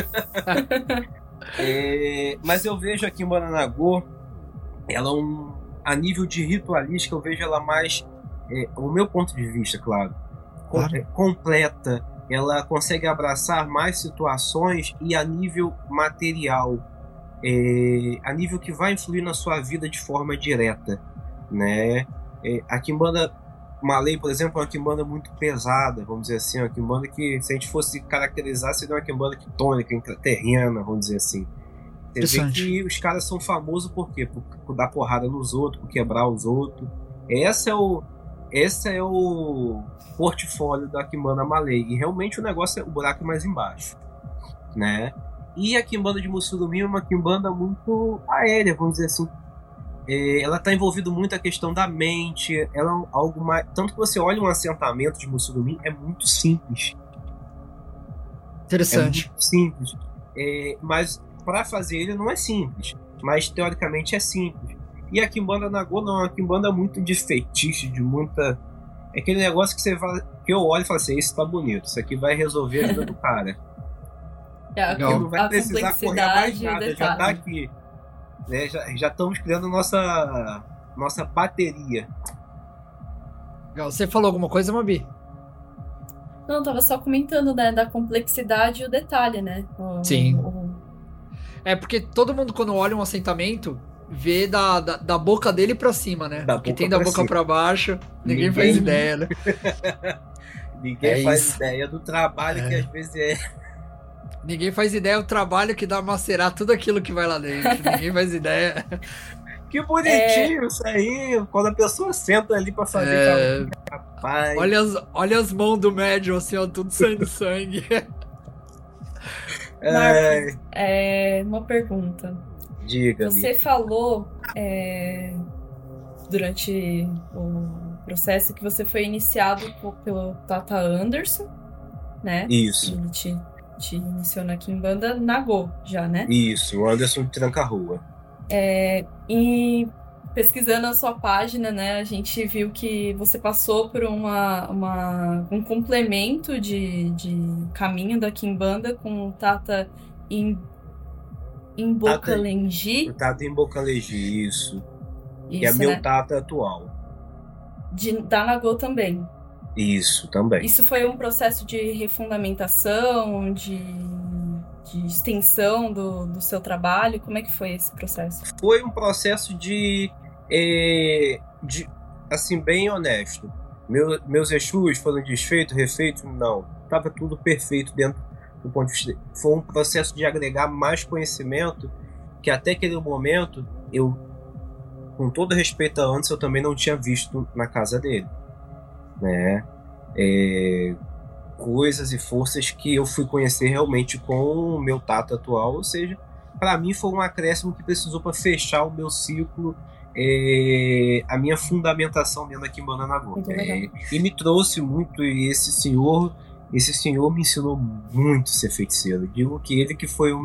Mas eu vejo a Quimbanda Nagô, ela a nível de ritualística, eu vejo ela mais, o meu ponto de vista, claro. Completa. Ela consegue abraçar mais situações e a nível material, a nível que vai influir na sua vida de forma direta, né? A Quimbanda Malay, por exemplo, é uma Quimbanda muito pesada, vamos dizer assim, uma Quimbanda que, se a gente fosse caracterizar, seria uma Quimbanda tônica, intraterrena, vamos dizer assim. Você vê que os caras são famosos por quê? Por dar porrada nos outros, por quebrar os outros. Esse é o portfólio da Quimbanda Malay. E realmente o negócio o buraco é mais embaixo, né? E a Quimbanda de Mussurumim é uma Quimbanda muito aérea, vamos dizer assim. Ela está envolvida muito a questão da mente. Ela é algo mais... Tanto que você olha um assentamento de Mussurumim, é muito simples. Interessante. É muito simples. Mas para fazer ele não é simples. Mas teoricamente é simples. E a Quimbanda Nagô não, é uma Quimbanda muito de fetiche, de muita... É aquele negócio que eu olho e falo assim: isso tá bonito, isso aqui vai resolver a vida do cara. Não vai precisar correr mais nada, já tá aqui. Né? Já estamos criando nossa bateria. Legal. Você falou alguma coisa, Mabi? Não, tava só comentando, né, da complexidade e o detalhe, né? Sim. Porque todo mundo, quando olha um assentamento, vê da boca dele pra cima, né? Porque tem da boca pra baixo, ninguém faz ideia, né? Ninguém faz ideia do trabalho que às vezes Ninguém faz ideia do trabalho que dá macerar tudo aquilo que vai lá dentro. Ninguém faz ideia. Que bonitinho isso aí, quando a pessoa senta ali pra fazer. Rapaz. Olha as mãos do médium, assim, ó, tudo saindo sangue. Marcos, uma pergunta. Diga-me. Você falou durante o processo que você foi iniciado pelo Tata Anderson, né? Isso. Ele te iniciou na Quimbanda Nagô já, né? Isso, o Anderson de Tranca-Rua. E pesquisando a sua página, né, a gente viu que você passou por um complemento de caminho da Quimbanda com o Tata Imbokalenji. O Tata Imbokalenji, isso. Que é meu Tata atual. Da Nagô também. Isso, também. Isso foi um processo de refundamentação, de extensão do seu trabalho? Como é que foi esse processo? Foi um processo de assim, bem honesto. Meus Exus foram desfeitos, refeitos? Não. Estava tudo perfeito dentro do ponto de vista. Foi um processo de agregar mais conhecimento que até aquele momento eu, com todo respeito a antes, eu também não tinha visto na casa dele, né? Coisas e forças que eu fui conhecer realmente com o meu tato atual, ou seja, para mim foi um acréscimo que precisou para fechar o meu ciclo, a minha fundamentação dentro da Quimbanda Nagô. E me trouxe muito, e esse senhor me ensinou muito a ser feiticeiro. Digo que ele que foi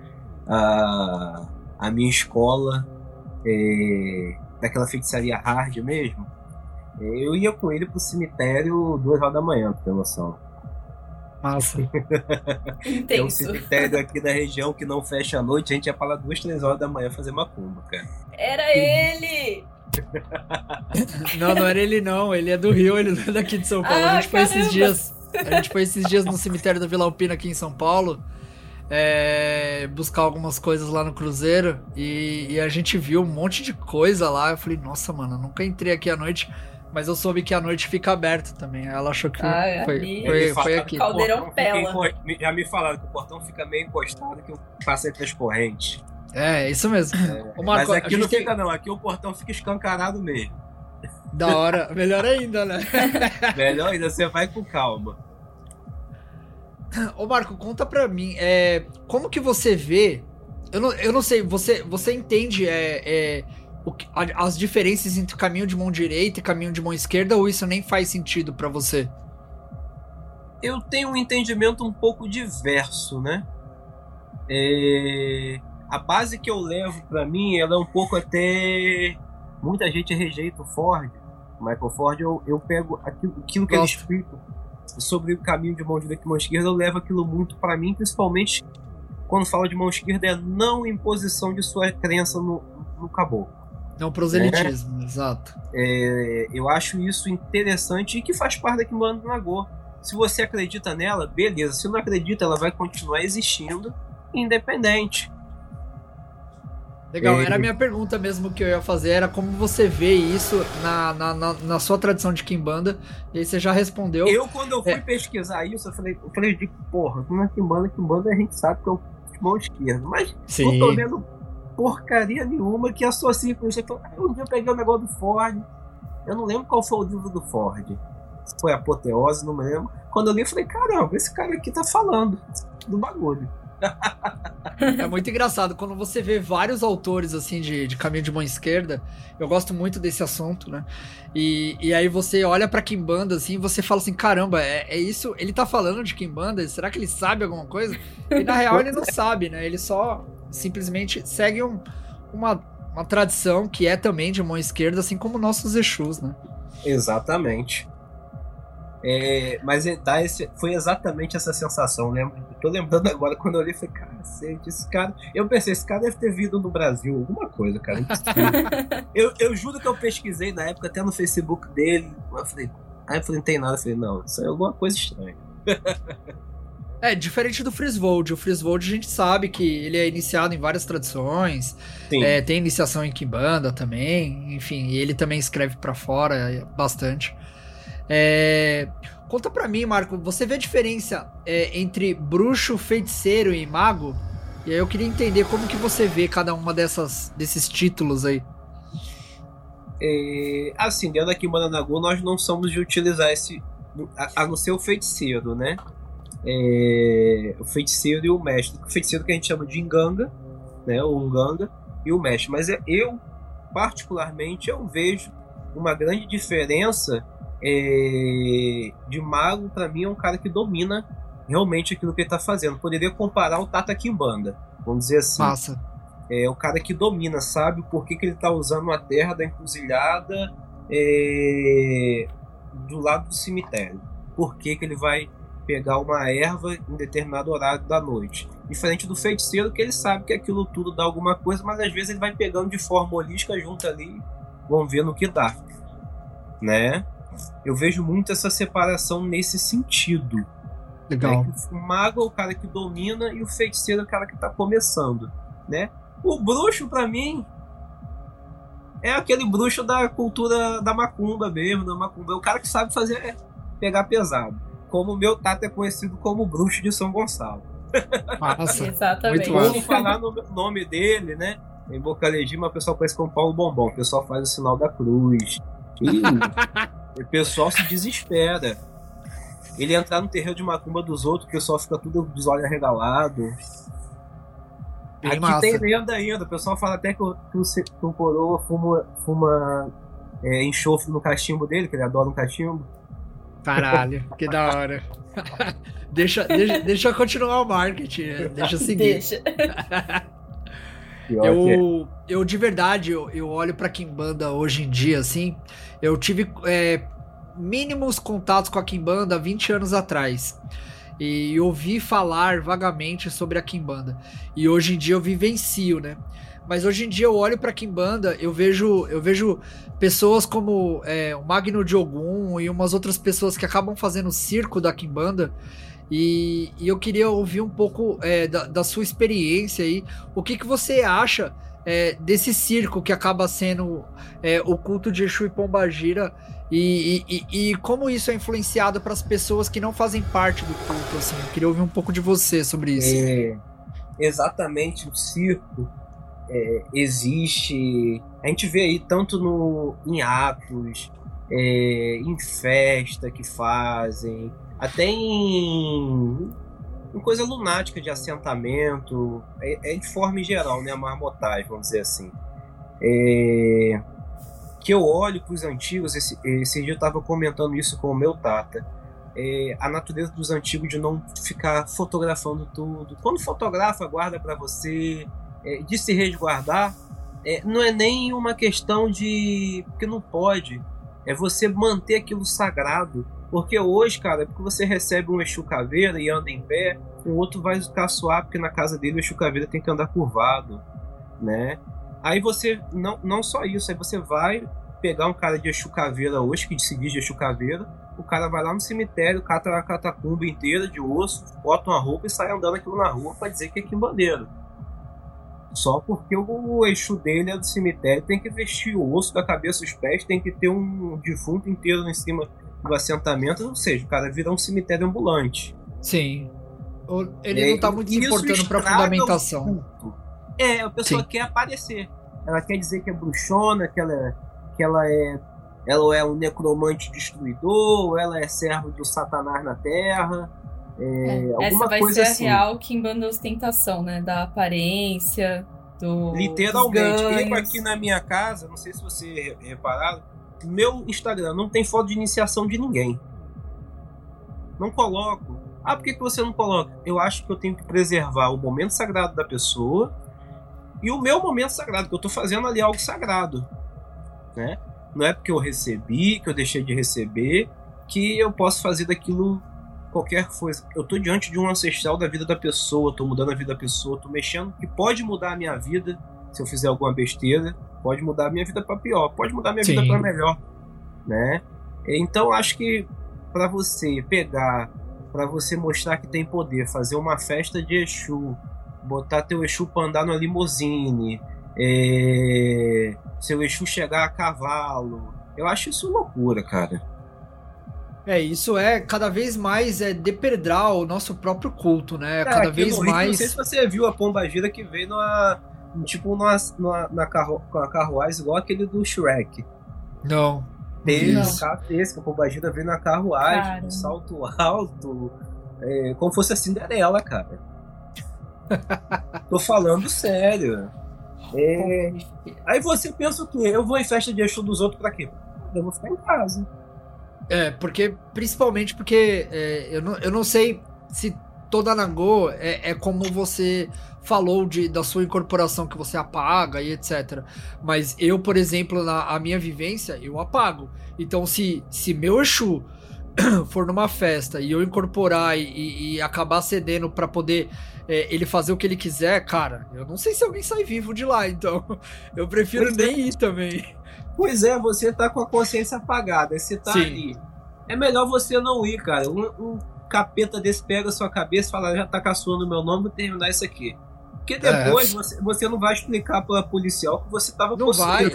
a minha escola, daquela feitiçaria hard mesmo. Eu ia com ele pro cemitério 2 horas da manhã, pra ter noção. Massa. É um cemitério aqui da região que não fecha à noite, a gente ia pra lá 2, 3 horas da manhã fazer macumba, cara. Era ele! Não era ele não, ele é do Rio, ele não é daqui de São Paulo. A gente foi esses dias no cemitério da Vila Alpina aqui em São Paulo, buscar algumas coisas lá no Cruzeiro, e a gente viu um monte de coisa lá. Eu falei, nossa, mano, eu nunca entrei aqui à noite, mas eu soube que à noite fica aberto também. Ela achou que foi aqui. Caldeirão Pela. Já me falaram que o portão fica meio encostado, que eu passo entre as correntes. Isso mesmo. Ô, Marco, mas aqui não fica não, aqui o portão fica escancarado mesmo. Da hora, melhor ainda, né? Melhor ainda, você vai com calma. Ô Marco, conta pra mim, como que você vê, eu não sei, você entende as diferenças entre caminho de mão direita e caminho de mão esquerda, ou isso nem faz sentido pra você? Eu tenho um entendimento um pouco diverso, né? A base que eu levo pra mim, ela é um pouco até... Muita gente rejeita o Ford, Michael Ford, eu pego aquilo que ele explica sobre o caminho de mão direita e mão esquerda, eu levo aquilo muito pra mim, principalmente quando fala de mão esquerda, é a não imposição de sua crença no caboclo. Não proselitismo, exato. Eu acho isso interessante e que faz parte da Quimbanda Nagô. Se você acredita nela, beleza. Se não acredita, ela vai continuar existindo independente. Legal, era a minha pergunta mesmo que eu ia fazer, era como você vê isso na sua tradição de Quimbanda, e aí você já respondeu. Quando eu fui pesquisar isso, eu falei, porra, na Quimbanda a gente sabe que é o mão esquerdo, mas não tô vendo porcaria nenhuma que associe com isso. Um dia eu peguei o negócio do Ford, eu não lembro qual foi o livro do Ford, se foi Apoteose, não me lembro. Quando eu li, eu falei, caramba, esse cara aqui tá falando do bagulho. É muito engraçado, quando você vê vários autores assim de caminho de mão esquerda, eu gosto muito desse assunto, né? E aí você olha pra Quimbanda assim, e você fala assim, caramba, é isso, ele tá falando de Quimbanda, será que ele sabe alguma coisa? E na real ele não sabe, né? Ele só simplesmente segue uma tradição que é também de mão esquerda, assim como nossos Exus, né? Exatamente. Mas foi exatamente essa sensação, lembro? Tô lembrando agora, quando eu olhei, falei, cacete, esse cara... Eu pensei, esse cara deve ter vindo no Brasil, alguma coisa, cara. eu juro que eu pesquisei na época, até no Facebook dele, eu falei, não tem nada, eu falei, não, isso é alguma coisa estranha. Diferente do Frisvold. O Frisvold a gente sabe que ele é iniciado em várias tradições, tem iniciação em Quimbanda também, enfim, e ele também escreve pra fora bastante. Conta pra mim, Marco, você vê a diferença entre bruxo, feiticeiro e mago? E aí eu queria entender como que você vê cada uma desses títulos aí. Assim, dentro da Quimbanda Nagô, nós não somos de utilizar a não ser o feiticeiro, né? O feiticeiro e o mestre. O feiticeiro que a gente chama de Nganga, né? O Nganga e o mestre. Mas eu, particularmente, eu vejo uma grande diferença. De mago, pra mim, é um cara que domina realmente aquilo que ele tá fazendo. Poderia comparar o Tata Quimbanda, vamos dizer assim. Massa. É o cara que domina, sabe por que ele tá usando a terra da encruzilhada do lado do cemitério. Por que ele vai pegar uma erva em determinado horário da noite. Diferente do feiticeiro, que ele sabe que aquilo tudo dá alguma coisa, mas às vezes ele vai pegando de forma holística junto ali, vamos ver no que dá, né? Eu vejo muito essa separação nesse sentido. Legal. Né? O mago é o cara que domina e o feiticeiro é o cara que tá começando, né? O bruxo, pra mim, É aquele bruxo da cultura da macumba mesmo, da macumba. É o cara que sabe fazer, pegar pesado. Como o meu Tata é conhecido como bruxo de São Gonçalo. Massa. Exatamente. Muito Como falar no nome dele, né? Em Bocalejima, o pessoal conhece como Paulo Bombom. O pessoal faz o sinal da cruz. E o pessoal se desespera. Ele entrar no terreiro de macumba dos outros, o pessoal fica tudo dos olhos arregalados. Bem Aqui massa. tem lenda ainda. O pessoal fala até que o coroa fuma enxofre no cachimbo dele, que ele adora um cachimbo. Caralho, que da hora. deixa eu continuar o marketing, né? Deixa eu seguir. Deixa. Eu de verdade, eu olho pra Quimbanda hoje em dia, assim, eu tive mínimos contatos com a Quimbanda há 20 anos atrás. E ouvi falar vagamente sobre a Quimbanda. E hoje em dia eu vivencio, né? Mas hoje em dia eu olho pra Quimbanda, eu vejo pessoas como o Magno de Ogum e umas outras pessoas que acabam fazendo o circo da Quimbanda. E eu queria ouvir um pouco da sua experiência aí. O que você acha desse circo que acaba sendo o culto de Exu e Pombagira e como isso é influenciado para as pessoas que não fazem parte do culto, assim. Eu queria ouvir um pouco de você sobre isso. Exatamente, o circo existe. A gente vê aí tanto em atos, em festa que fazem, até em coisa lunática de assentamento, de forma geral, né? A marmotagem, vamos dizer assim. Que eu olho para os antigos, esse dia eu estava comentando isso com o meu Tata, a natureza dos antigos de não ficar fotografando tudo. Quando fotografa, guarda para você, de se resguardar, não é nem uma questão de... porque não pode, é você manter aquilo sagrado. Porque hoje, cara, porque você recebe um Exu Caveira e anda em pé, o outro vai caçoar porque na casa dele o Exu Caveira tem que andar curvado, né? Aí você, não só isso, aí você vai pegar um cara de Exu Caveira hoje, que se diz de Exu Caveira, o cara vai lá no cemitério, cata a catacumba inteira de osso, bota uma roupa e sai andando aquilo na rua pra dizer que é quimbandeiro. Só porque o Exu dele é do cemitério, tem que vestir o osso da cabeça aos pés, tem que ter um defunto inteiro em cima do assentamento, ou seja, o cara vira um cemitério ambulante. Sim. Ele não tá muito se importando pra fundamentação. A pessoa quer aparecer. Ela quer dizer que é bruxona, que ela é um necromante destruidor, ela é servo do Satanás na Terra. Essa vai coisa ser assim. A real Quimbanda ostentação, né? Da aparência, literalmente. dos Eu aqui na minha casa, não sei se você repararam, meu Instagram não tem foto de iniciação de ninguém. Não coloco. Por que você não coloca? Eu acho que eu tenho que preservar o momento sagrado da pessoa e o meu momento sagrado, que eu tô fazendo ali algo sagrado, né? Não é porque eu recebi, que eu deixei de receber, que eu posso fazer daquilo qualquer coisa. Eu tô diante de um ancestral da vida da pessoa, tô mudando a vida da pessoa, tô mexendo, que pode mudar a minha vida se eu fizer alguma besteira, pode mudar a minha vida para pior, pode mudar a minha vida para melhor, né? Então acho que para você pegar, para você mostrar que tem poder, fazer uma festa de Exu, botar teu Exu pra andar na limusine, seu Exu chegar a cavalo, eu acho isso loucura, cara. Isso cada vez mais depredar o nosso próprio culto, né? Cada vez mais. Não sei se você viu a pombagira que veio na carruagem igual aquele do Shrek. Não. Teve um carro desse, que a pombagira veio na carruagem, um salto alto, como fosse a Cinderela, cara. Tô falando sério. Aí você pensa o quê? Eu vou em festa de Exu dos outros pra quê? Eu vou ficar em casa. Principalmente porque eu não sei se toda Nagô é como você falou da sua incorporação que você apaga e etc. Mas eu, por exemplo, a minha vivência, eu apago. Então se meu Exu for numa festa e eu incorporar e acabar cedendo pra poder ele fazer o que ele quiser, cara, eu não sei se alguém sai vivo de lá, então eu prefiro nem ir também. Pois é, você tá com a consciência apagada, você tá ali. É melhor você não ir, cara. Um capeta desse pega a sua cabeça e fala, já tá caçoando meu nome, vou terminar isso aqui. Porque depois você não vai explicar para policial que você estava possuído.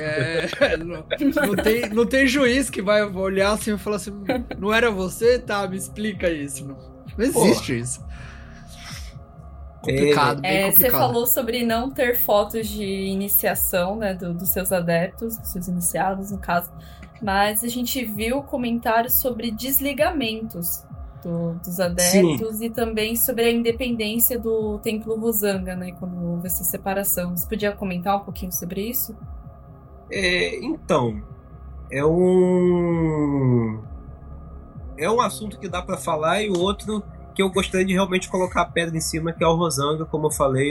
Não tem juiz que vai olhar assim e falar assim, não era você? Tá, me explica isso. Não existe isso. Complicado, bem complicado. Você falou sobre não ter fotos de iniciação, né, dos seus adeptos, dos seus iniciados, no caso. Mas a gente viu comentários sobre desligamentos dos adeptos. Sim. E também sobre a independência do Templo Rosanga, né, quando houve essa separação. Você podia comentar um pouquinho sobre isso? Então, é um assunto que dá para falar, e o outro que eu gostaria de realmente colocar a pedra em cima, que é o Rosanga, como eu falei,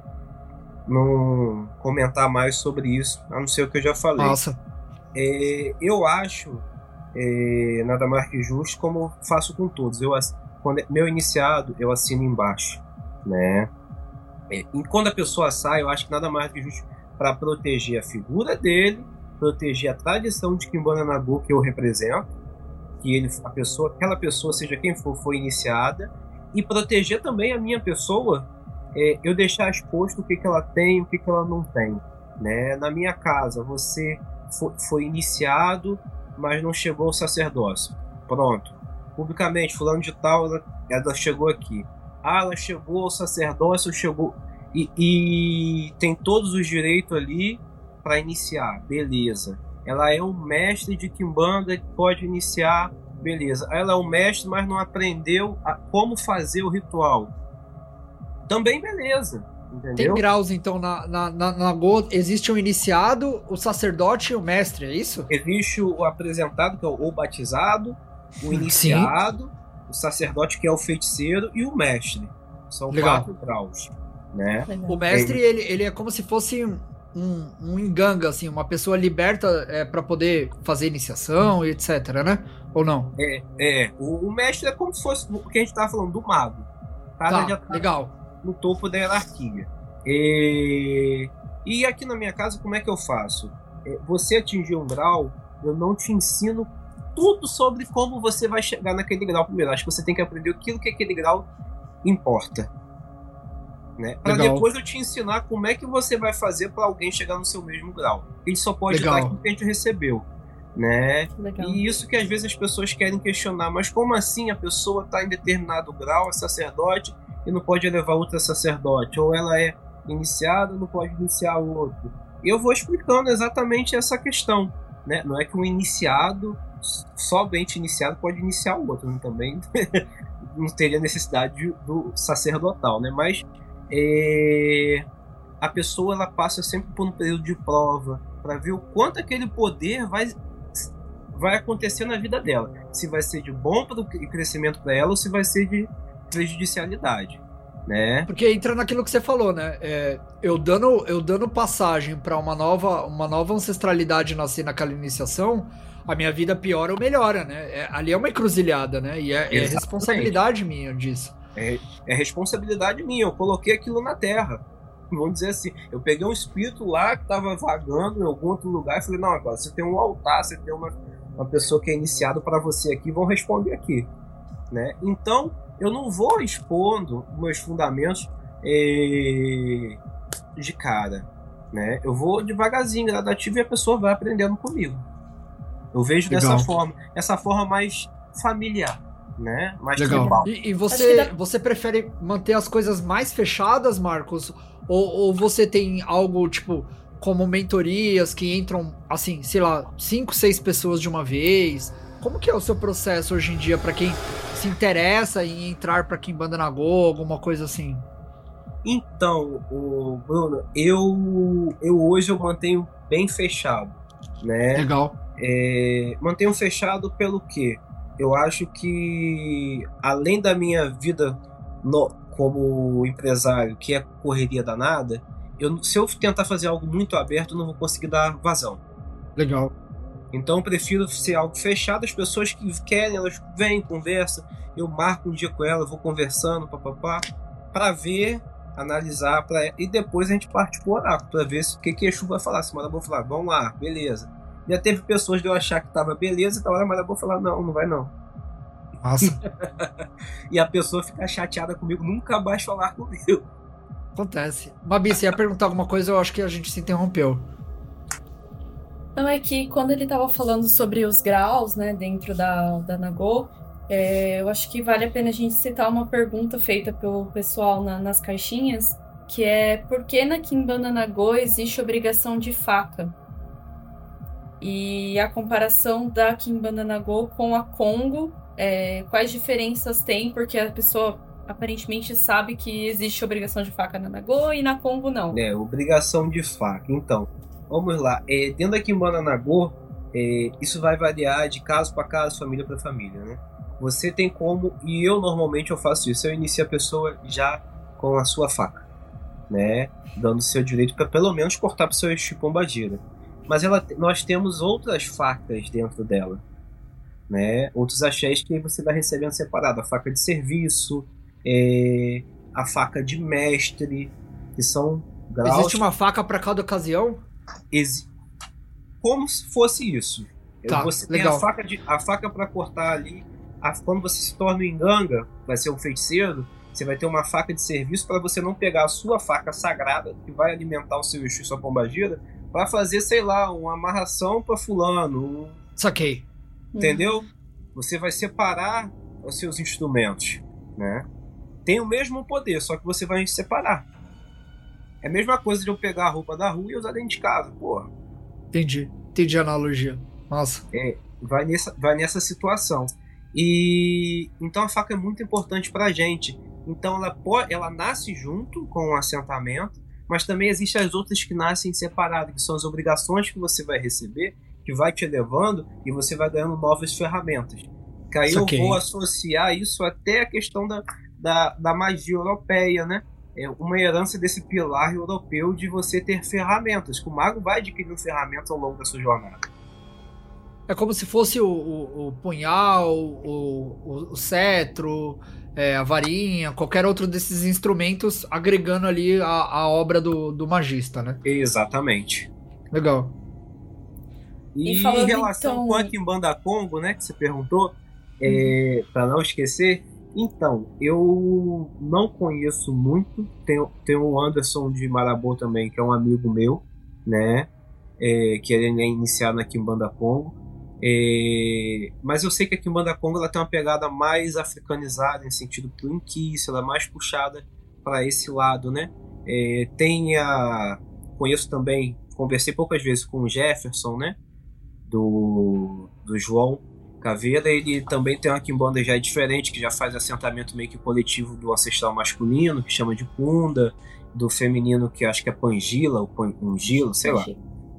não comentar mais sobre isso, a não ser o que eu já falei. Nossa. Eu acho nada mais que justo, como faço com todos. Quando é meu iniciado, eu assino embaixo, né? E quando a pessoa sai, eu acho que nada mais que justo para proteger a figura dele, proteger a tradição de Quimbanda Nagô que eu represento, que aquela pessoa, seja quem for, foi iniciada, e proteger também a minha pessoa, eu deixar exposto o que ela tem e o que ela não tem, né? Na minha casa, você foi iniciado, mas não chegou ao sacerdócio. Pronto. Publicamente, fulano de tal, ela chegou aqui. Ela chegou ao sacerdócio, chegou... E tem todos os direitos ali para iniciar. Beleza. Ela é um mestre de Quimbanda que pode iniciar. Beleza. Ela é um mestre, mas não aprendeu como fazer o ritual. Também beleza. Entendeu? Tem graus, então, na Go existe o iniciado, o sacerdote e o mestre, é isso? Existe o apresentado, que é o batizado, o iniciado, sim, o sacerdote, que é o feiticeiro, e o mestre. São legal, 4 graus, né? O mestre, ele é como se fosse um enganga, assim, uma pessoa liberta para poder fazer iniciação e etc, né? Ou não? O mestre é como se fosse o que a gente estava falando, do mago. Legal. No topo da hierarquia. E aqui na minha casa, como é que eu faço? Você atingir um grau, eu não te ensino tudo sobre como você vai chegar naquele grau primeiro. Acho que você tem que aprender aquilo que aquele grau importa, né? Para depois eu te ensinar como é que você vai fazer para alguém chegar no seu mesmo grau. Ele só pode dar aquilo que a gente recebeu, né? E isso que às vezes as pessoas querem questionar, mas como assim a pessoa está em determinado grau, é sacerdote, e não pode elevar outro sacerdote, ou ela é iniciada, não pode iniciar outro? Eu vou explicando exatamente essa questão, né? Não é que um iniciado, somente iniciado, pode iniciar o outro, né? Também não teria necessidade do sacerdotal, né? Mas a pessoa, ela passa sempre por um período de prova para ver o quanto aquele poder vai acontecer na vida dela, se vai ser de bom para o crescimento para ela ou se vai ser de prejudicialidade, né? Porque entra naquilo que você falou, né? Eu dando passagem para uma nova ancestralidade nascer naquela iniciação, a minha vida piora ou melhora, né? Ali é uma encruzilhada, né? E é responsabilidade minha disso. É responsabilidade minha. Eu coloquei aquilo na terra. Vamos dizer assim, eu peguei um espírito lá que estava vagando em algum outro lugar e falei, não, agora você tem um altar, você tem uma pessoa que é iniciado para você aqui, vão responder aqui, né? Então eu não vou expondo meus fundamentos de cara, né? Eu vou devagarzinho, gradativo, e a pessoa vai aprendendo comigo. Eu vejo dessa forma, essa forma mais familiar, né? Mais legal. E você prefere manter as coisas mais fechadas, Marcos? Ou você tem algo, tipo, como mentorias que entram, assim, sei lá, 5, 6 pessoas de uma vez? Como que é o seu processo hoje em dia para quem se interessa em entrar para Quimbanda Nagô, alguma coisa assim? Então, Bruno, eu hoje eu mantenho bem fechado, né? Legal. Mantenho fechado pelo quê? Eu acho que, além da minha vida como empresário, que é correria danada, se eu tentar fazer algo muito aberto, eu não vou conseguir dar vazão. Legal. Então eu prefiro ser algo fechado. As pessoas que querem, elas vêm, conversam, eu marco um dia com elas, vou conversando, para ver, analisar, e depois a gente parte pro oráculo, para ver o que Exu vai falar. Se Marabô falar, vamos lá, beleza. Já teve pessoas de eu achar que tava beleza, e tal hora Marabô falar, não vai não. Nossa. E a pessoa fica chateada comigo, nunca mais falar comigo. Acontece. Babi, você ia perguntar alguma coisa, eu acho que a gente se interrompeu. Não, é que quando ele estava falando sobre os graus, né, dentro da Nagô, eu acho que vale a pena a gente citar uma pergunta feita pelo pessoal nas caixinhas, que é por que na Quimbanda Nagô existe obrigação de faca? E a comparação da Quimbanda Nagô com a Congo, quais diferenças tem, porque a pessoa aparentemente sabe que existe obrigação de faca na Nagô e na Congo não. Obrigação de faca. Então, vamos lá. Dentro da Quimbanda Nagô, isso vai variar de caso para caso, família para família, né? Você tem como, e eu normalmente eu faço isso, eu inicio a pessoa já com a sua faca, né? Dando seu direito para pelo menos cortar para o seu Exu Pombagira. Mas nós temos outras facas dentro dela, né? Outros axés que você vai recebendo separado. A faca de serviço, a faca de mestre, que são graus... Existe uma faca para cada ocasião? Como se fosse isso. Tá, você legal. tem a faca para cortar ali. Quando você se torna um enganga, vai ser um feiticeiro, você vai ter uma faca de serviço para você não pegar a sua faca sagrada, que vai alimentar o seu Exu e sua pombagira, para fazer, sei lá, uma amarração para fulano. Saquei. Entendeu? Você vai separar os seus instrumentos, né? Tem o mesmo poder, só que você vai separar. É a mesma coisa de eu pegar a roupa da rua e usar dentro de casa, porra. Entendi a analogia. Nossa. Vai nessa situação. E então a faca é muito importante pra gente. Então ela nasce junto com o assentamento, mas também existem as outras que nascem separadas, que são as obrigações que você vai receber, que vai te elevando e você vai ganhando novas ferramentas. Que aí eu vou associar isso até a questão da magia europeia, né? É uma herança desse pilar europeu de você ter ferramentas, que o mago vai adquirindo ferramentas ao longo da sua jornada. É como se fosse o punhal, o cetro, a varinha, qualquer outro desses instrumentos agregando ali a obra do magista, né? Exatamente. Legal. E em relação com a Quimbanda Congo, né, que você perguntou, para não esquecer, então, eu não conheço muito, tem o Anderson de Marabô também, que é um amigo meu, né, que ele é iniciado na Quimbanda Congo. Mas eu sei que a Quimbanda Congo ela tem uma pegada mais africanizada, em sentido do inquice, ela é mais puxada para esse lado, né? Conheço também, conversei poucas vezes com o Jefferson, né? Do João Caveira. Ele também tem uma Quimbanda já diferente, que já faz assentamento meio que coletivo do ancestral masculino, que chama de Punda, do feminino que acho que é Pangila, ou Pungilo, sei lá.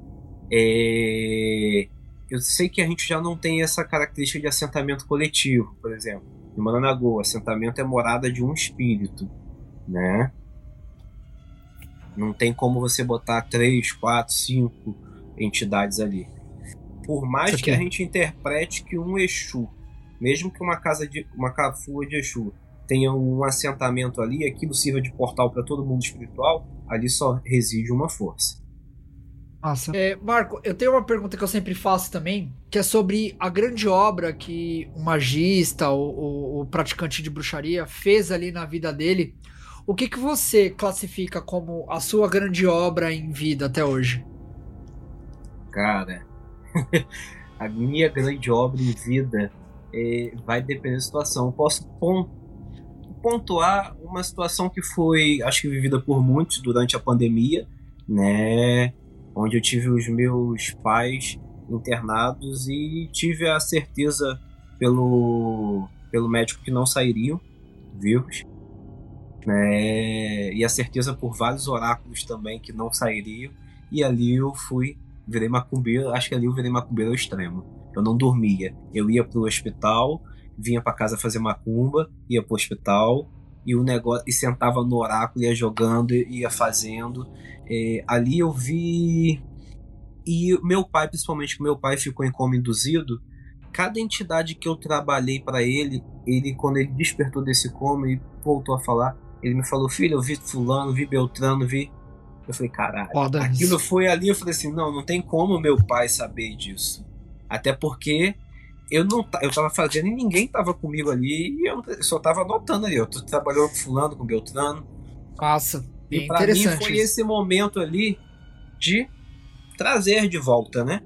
Eu sei que a gente já não tem essa característica de assentamento coletivo, por exemplo. Em Mananagô, assentamento é morada de um espírito, né? Não tem como você botar 3, 4, 5 entidades ali. Por mais que a gente interprete que um Exu, mesmo que uma cafua de Exu tenha um assentamento ali, aquilo sirva de portal para todo mundo espiritual, ali só reside uma força. Nossa. Marco, eu tenho uma pergunta que eu sempre faço também, que é sobre a grande obra que o magista, o praticante de bruxaria fez ali na vida dele. O que você classifica como a sua grande obra em vida até hoje? Cara, a minha grande obra em vida vai depender da situação. Eu posso pontuar uma situação que foi, acho que vivida por muitos durante a pandemia, né? Onde eu tive os meus pais internados e tive a certeza pelo médico que não sairiam vivos, né? E a certeza por vários oráculos também que não sairiam. E ali eu virei macumbeiro. Acho que ali eu virei macumbeiro ao extremo. Eu não dormia. Eu ia pro hospital, vinha para casa fazer macumba, ia pro hospital e o negócio, e sentava no oráculo, ia jogando, ia fazendo. Ali eu vi. E meu pai, principalmente, que meu pai ficou em coma induzido. Cada entidade que eu trabalhei para ele, quando ele despertou desse coma e voltou a falar, ele me falou: filho, eu vi fulano, vi Beltrano, vi. Eu falei: caralho, aquilo foi ali. Eu falei assim: não tem como meu pai saber disso. Até porque eu tava fazendo e ninguém tava comigo ali, e eu só tava anotando ali. Eu tô trabalhando com fulano, com Beltrano. Nossa. E para mim foi esse momento ali de trazer de volta, né?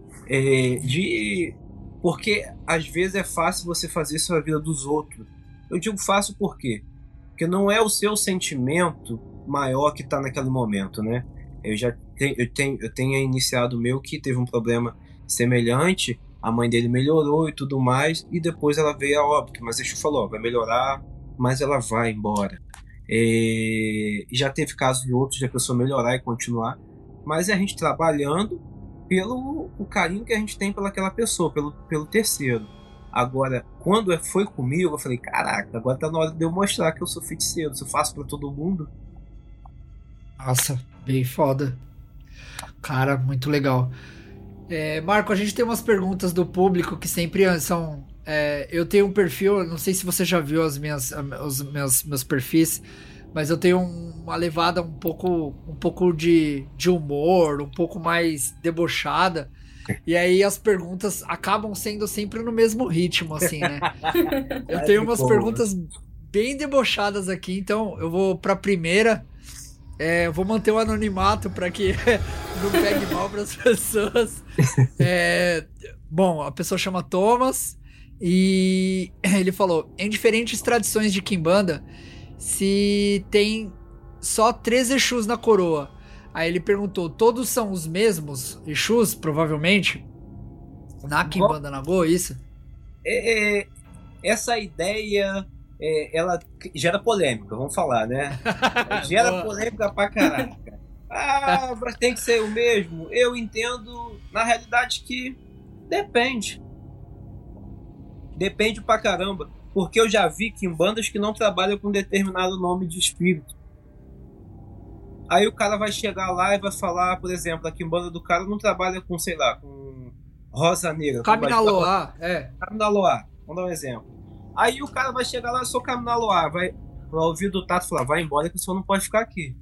Porque às vezes é fácil você fazer isso na vida dos outros. Eu digo fácil por quê? Porque não é o seu sentimento maior que está naquele momento, né? Eu tenho iniciado o meu que teve um problema semelhante, a mãe dele melhorou e tudo mais, e depois ela veio a óbito, mas Exu falou, vai melhorar, mas ela vai embora. Já teve casos de outros de a pessoa melhorar e continuar, mas é a gente trabalhando pelo o carinho que a gente tem pelaquela pessoa, pelo terceiro. Agora, quando foi comigo, eu falei, caraca, agora tá na hora de eu mostrar que eu sou feiticeiro, se eu faço pra todo mundo. Nossa, bem foda. Cara, muito legal. Marco, a gente tem umas perguntas do público que sempre são... eu tenho um perfil, não sei se você já viu os meus perfis, mas eu tenho uma levada um pouco de humor, um pouco mais debochada. E aí as perguntas acabam sendo sempre no mesmo ritmo, assim, né? Eu tenho umas perguntas bem debochadas aqui, então eu vou pra primeira. Eu vou manter o anonimato para que não pegue mal para as pessoas. Bom, a pessoa chama Thomas e ele falou: em diferentes tradições de Quimbanda, se tem só 3 Exus na coroa. Aí ele perguntou: todos são os mesmos Exus, provavelmente? Na Quimbanda Nagô, isso? Essa ideia... ela gera polêmica, vamos falar, né? Gera polêmica pra caraca. Mas tem que ser o mesmo. Eu entendo, na realidade, que depende. Depende pra caramba. Porque eu já vi quimbandas que não trabalham com determinado nome de espírito. Aí o cara vai chegar lá e vai falar, por exemplo, a quimbanda do cara não trabalha com, sei lá, com Rosa Negra. Kaminaloa, Kaminaloa, vamos dar um exemplo. Aí o cara vai chegar lá, eu sou Kaminaloa, vai ouvir do Tato falar, vai embora que o senhor não pode ficar aqui.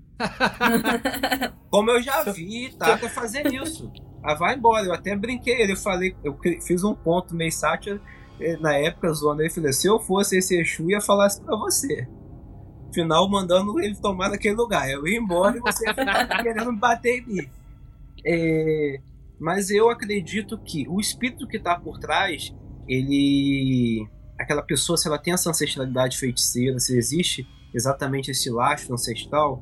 Como eu já vi Tato fazer isso. Vai embora, eu até brinquei, eu fiz um ponto meio sátira, na época, zoando ele, falei, se eu fosse esse Exu, ia falar isso pra você. Final, mandando ele tomar naquele lugar. Eu ia embora e você ia ficar querendo me bater em mim. Mas eu acredito que o espírito que tá por trás, aquela pessoa, se ela tem essa ancestralidade feiticeira, se existe exatamente esse lastro ancestral,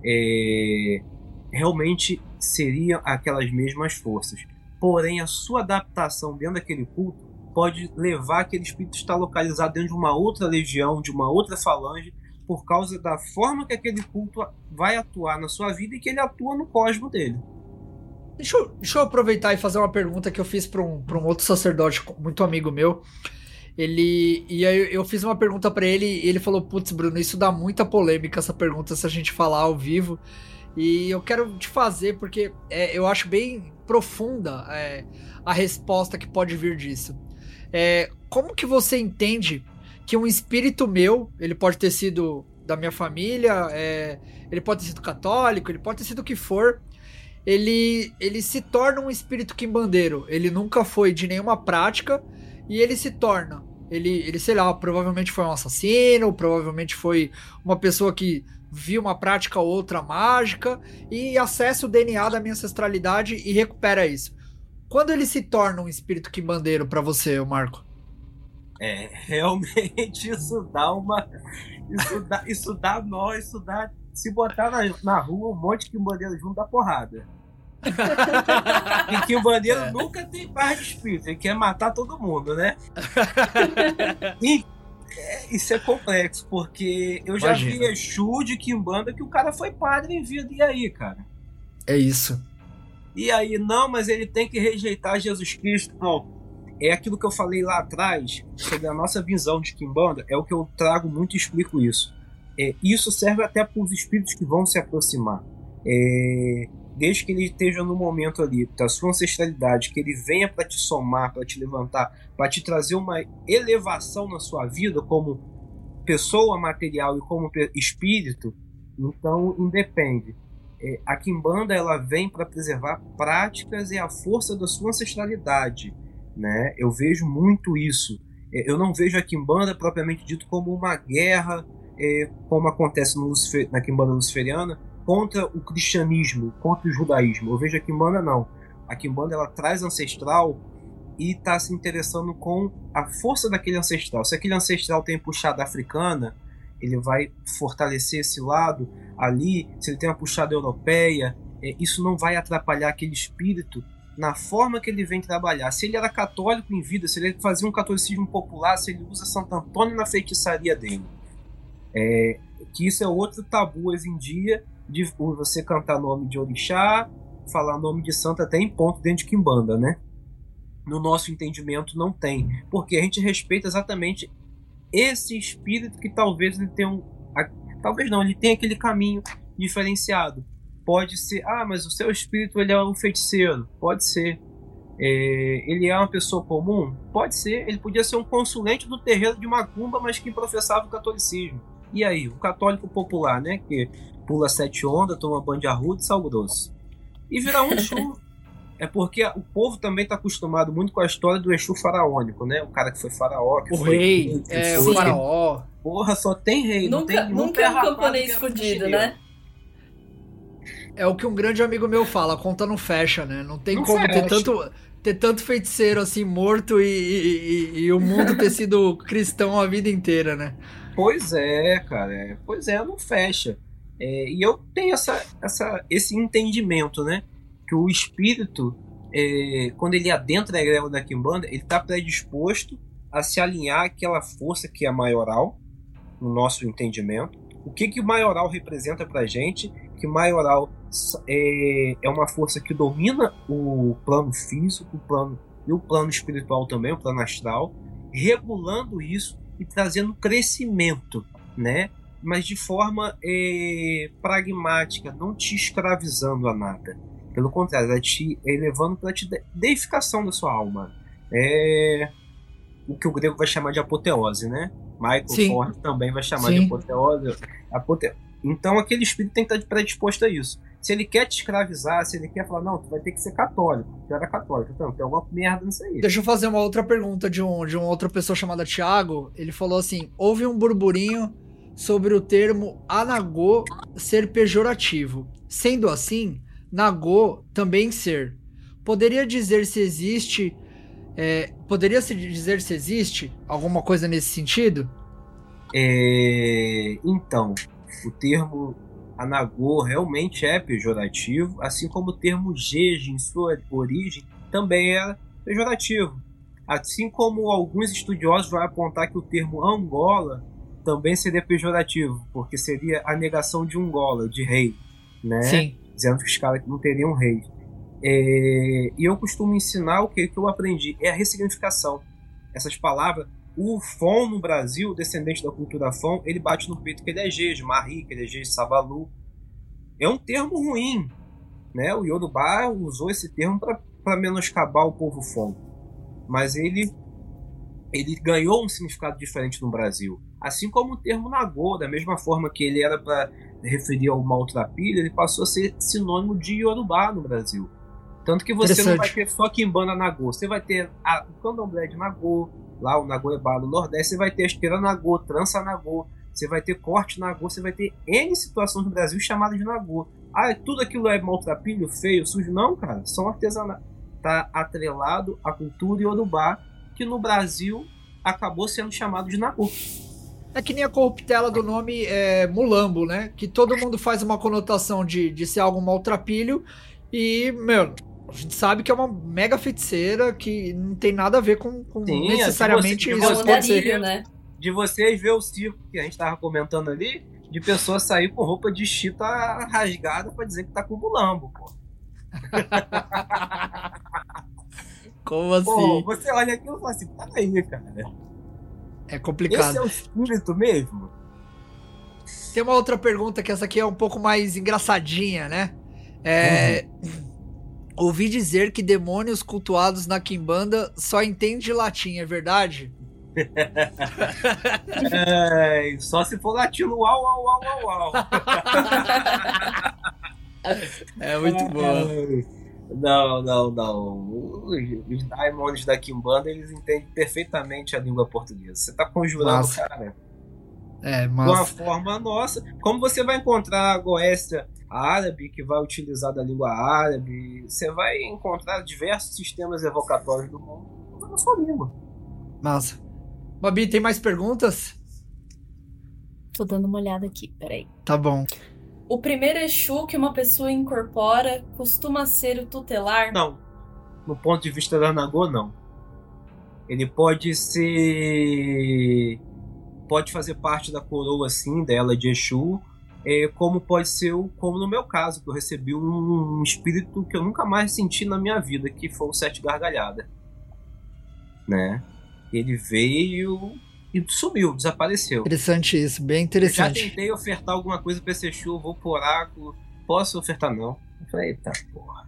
realmente seriam aquelas mesmas forças. Porém, a sua adaptação dentro daquele culto pode levar aquele espírito a estar localizado dentro de uma outra legião, de uma outra falange, por causa da forma que aquele culto vai atuar na sua vida e que ele atua no cosmo dele. Deixa eu aproveitar e fazer uma pergunta que eu fiz para um outro sacerdote muito amigo meu. E aí eu fiz uma pergunta para ele e ele falou: putz, Bruno, isso dá muita polêmica, essa pergunta, se a gente falar ao vivo. E eu quero te fazer porque eu acho bem profunda a resposta que pode vir disso. Como que você entende que um espírito meu, ele pode ter sido da minha família, ele pode ter sido católico, ele pode ter sido o que for, ele se torna um espírito quimbandeiro, ele nunca foi de nenhuma prática, e ele se torna, ele sei lá, provavelmente foi um assassino, provavelmente foi uma pessoa que viu uma prática ou outra mágica, e acessa o DNA da minha ancestralidade e recupera isso. Quando ele se torna um espírito quimbandeiro pra você, Marco? Realmente isso dá uma... Isso dá nó, se botar na rua um monte de quimbandeiro junto, dá porrada. E quimbandeiro nunca tem paz de espírito, ele quer matar todo mundo, né? E isso é complexo, porque eu já vi Exu de quimbanda que o cara foi padre em vida, e aí, cara? É isso. E aí, não, mas ele tem que rejeitar Jesus Cristo. Não. É aquilo que eu falei lá atrás, sobre a nossa visão de quimbanda, é o que eu trago muito e explico isso. Isso serve até para os espíritos que vão se aproximar. Desde que ele esteja no momento ali da sua ancestralidade, que ele venha para te somar, para te levantar, para te trazer uma elevação na sua vida como pessoa material e como espírito, então independe. A quimbanda, ela vem para preservar práticas e a força da sua ancestralidade, né? Eu vejo muito isso. Eu não vejo a quimbanda propriamente dito como uma guerra, como acontece na quimbanda luciferiana, contra o cristianismo, contra o judaísmo. Eu vejo a Quimbanda não. A Quimbanda ela traz ancestral e está se interessando com a força daquele ancestral. Se aquele ancestral tem puxada africana, ele vai fortalecer esse lado ali. Se ele tem uma puxada europeia, isso não vai atrapalhar aquele espírito na forma que ele vem trabalhar. Se ele era católico em vida, se ele fazia um catolicismo popular, se ele usa Santo Antônio na feitiçaria dele. Que isso é outro tabu hoje em dia, de você cantar nome de orixá, falar nome de santo até em ponto dentro de Quimbanda, né? No nosso entendimento não tem, porque a gente respeita exatamente esse espírito que talvez ele tenha talvez não, ele tenha aquele caminho diferenciado. Pode ser, mas o seu espírito ele é um feiticeiro, pode ser. Ele é uma pessoa comum, pode ser. Ele podia ser um consulente do terreiro de Macumba, mas que professava o catolicismo. E aí, o católico popular, né, que pula 7 ondas, toma banho de arruda e sal grosso. E virar um Exu. É porque o povo também está acostumado muito com a história do Exu faraônico, né? O cara que foi faraó, que o foi rei, o faraó. Porra, só tem rei. Nunca é um camponês fudido, né? É o que um grande amigo meu fala, a conta não fecha, né? Não tem não como fecha. ter tanto feiticeiro assim morto e o mundo ter sido cristão a vida inteira, né? Pois é, cara. Pois é, não fecha. E eu tenho esse entendimento, né? Que o espírito, quando ele adentra a egrégora da Quimbanda, ele está predisposto a se alinhar àquela força que é maioral, no nosso entendimento. O que o maioral representa pra gente? Que maioral é uma força que domina o plano físico, e o plano espiritual também, o plano astral, regulando isso e trazendo crescimento, né? Mas de forma pragmática, não te escravizando a nada. Pelo contrário, ela te elevando para a deificação da sua alma. O que o grego vai chamar de apoteose, né? Michael Ford também vai chamar de apoteose. Então aquele espírito tem que estar predisposto a isso. Se ele quer te escravizar, se ele quer falar, não, tu vai ter que ser católico, tu era católico, então tem alguma merda nisso aí. Deixa eu fazer uma outra pergunta de uma outra pessoa chamada Thiago. Ele falou assim, houve um burburinho sobre o termo anagô ser pejorativo. Sendo assim, nagô também ser. Poderia dizer se existe alguma coisa nesse sentido? Então, o termo anagô realmente é pejorativo, assim como o termo jeje em sua origem também era pejorativo. Assim como alguns estudiosos vão apontar que o termo Angola também seria pejorativo, porque seria a negação de Angola, de rei, né? Sim. Dizendo que os caras não teriam rei. E eu costumo ensinar o que eu aprendi, é a ressignificação. Essas palavras, o Fon no Brasil, descendente da cultura Fon, ele bate no peito que ele é jeje, Marri, que ele é jeje, Savalu. É um termo ruim, né? O Yorubá usou esse termo para menoscabar o povo Fon. Mas ele ganhou um significado diferente no Brasil. Assim como o termo Nagô, da mesma forma que ele era para referir ao maltrapilho, ele passou a ser sinônimo de Yorubá no Brasil. Tanto que você não vai ter só Quimbanda Nagô, você vai ter o Candomblé de Nagô, lá o Nagoebá no Nordeste, você vai ter a esteira Nagô, trança Nagô, você vai ter corte Nagô, você vai ter N situações no Brasil chamadas de Nagô. Tudo aquilo é maltrapilho, feio, sujo? Não, cara, são artesanato. Tá atrelado à cultura Yorubá, que no Brasil acabou sendo chamado de Nagô. É que nem a corruptela do nome Mulambo, né? Que todo mundo faz uma conotação de ser algo maltrapilho e, a gente sabe que é uma mega feiticeira que não tem nada a ver com Sim, necessariamente isso pode ser, né? De vocês ver o circo que a gente tava comentando ali, de pessoa sair com roupa de chita rasgada pra dizer que tá com mulambo, pô. Como assim? Pô, você olha aquilo e fala assim, peraí, cara. É complicado. Esse é o espírito mesmo? Tem uma outra pergunta que essa aqui é um pouco mais engraçadinha, né? Ouvi dizer que demônios cultuados na Quimbanda só entendem latim, é verdade? Só se for latino, uau, uau, uau, uau, uau. É muito bom. Não. Os daimons da Quimbanda, eles entendem perfeitamente a língua portuguesa. Você tá conjurando, cara. Massa. De uma forma nossa. Como você vai encontrar a Goécia árabe, que vai utilizar da língua árabe. Você vai encontrar diversos sistemas evocatórios do mundo na sua língua. Massa. Babi, tem mais perguntas? Tô dando uma olhada aqui, peraí. Tá bom. O primeiro Exu que uma pessoa incorpora costuma ser o tutelar? Não. No ponto de vista da Nagô, não. Ele pode ser... Pode fazer parte da coroa, assim, dela de Exu, como pode ser, como no meu caso, que eu recebi um espírito que eu nunca mais senti na minha vida, que foi o Sete Gargalhada. Né? Ele veio e sumiu, desapareceu. Interessante isso, bem interessante. Eu já tentei ofertar alguma coisa pra esse Exu, vou pro oráculo, posso ofertar não? Eu falei, eita porra.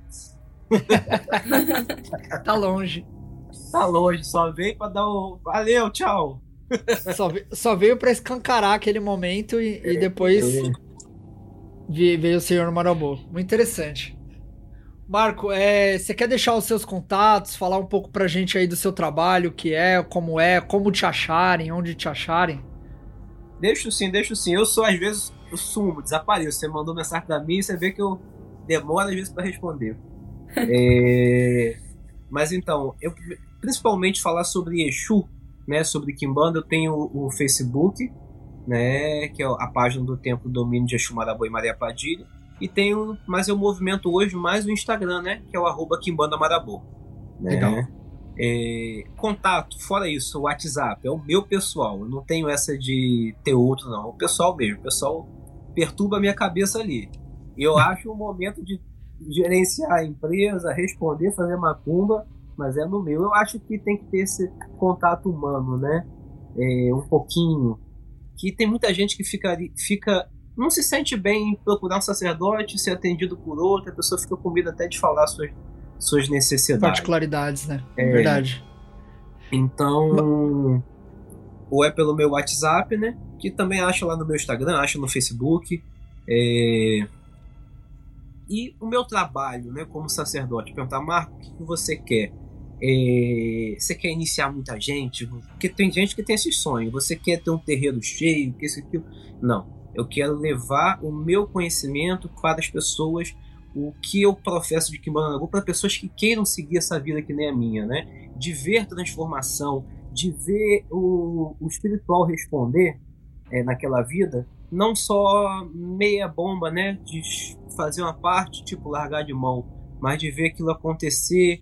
Tá longe. Tá longe, só veio pra dar o... Valeu, tchau. Só veio pra escancarar aquele momento e depois veio o Senhor Marabô. Muito interessante. Marco, você quer deixar os seus contatos, falar um pouco pra gente aí do seu trabalho, como te acharem, onde te acharem? Deixo sim. Eu sou, às vezes, eu sumo, desapareço. Você mandou mensagem pra mim e você vê que eu demoro às vezes pra responder. Mas então, eu principalmente falar sobre Exu, né, sobre Quimbanda, eu tenho o Facebook, né, que é a página do Templo Domínio de Exu Marabô e Maria Padilha. Mas eu movimento hoje mais o Instagram, né? Que é o @QuimbandaMarabô. Né? Legal. Contato, fora isso, o WhatsApp, é o meu pessoal. Eu não tenho essa de ter outro, não. O pessoal mesmo. O pessoal perturba a minha cabeça ali. E eu acho o momento de gerenciar a empresa, responder, fazer macumba, mas é no meu. Eu acho que tem que ter esse contato humano, né? Um pouquinho. Que tem muita gente que fica não se sente bem em procurar um sacerdote, ser atendido por outro, a pessoa fica com medo até de falar suas necessidades. Particularidades, né? Verdade. Então, ou é pelo meu WhatsApp, né? Que também acha lá no meu Instagram, acha no Facebook. E o meu trabalho, né, como sacerdote, perguntar, Marco, o que você quer? Você quer iniciar muita gente? Porque tem gente que tem esse sonho. Você quer ter um terreiro cheio, que isso, aquilo? Não. Eu quero levar o meu conhecimento para as pessoas, o que eu professo de Quimbanda, para pessoas que queiram seguir essa vida que nem a minha, né? De ver transformação, de ver o espiritual responder naquela vida, não só meia bomba, né? De fazer uma parte, tipo, largar de mão, mas de ver aquilo acontecer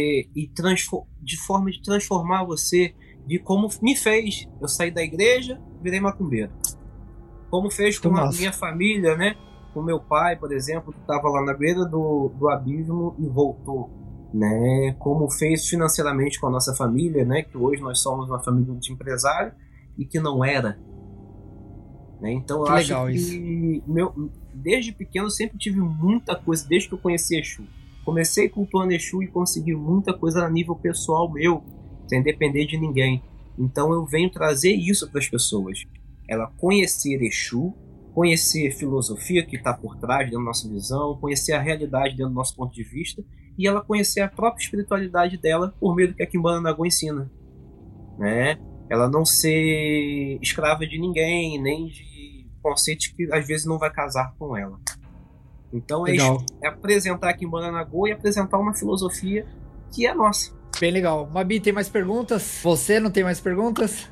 de forma de transformar você, de como me fez. Eu saí da igreja, virei macumbeiro. Como fez com a minha família, né? Com meu pai, por exemplo, que estava lá na beira do abismo e voltou, né? Como fez financeiramente com a nossa família, né? Que hoje nós somos uma família de empresário e que não era. Né? Então eu acho que desde pequeno eu sempre tive muita coisa, desde que eu conheci Exu. Comecei cultuando Exu e consegui muita coisa a nível pessoal meu, sem depender de ninguém. Então eu venho trazer isso para as pessoas. Ela conhecer Exu, conhecer filosofia que está por trás dentro da nossa visão, conhecer a realidade dentro do nosso ponto de vista, e ela conhecer a própria espiritualidade dela por meio do que a Quimbanda Nagô ensina. Né? Ela não ser escrava de ninguém, nem de conceitos que às vezes não vai casar com ela. Então é apresentar a Quimbanda Nagô e apresentar uma filosofia que é nossa. Bem legal. Mabi, tem mais perguntas? Você não tem mais perguntas?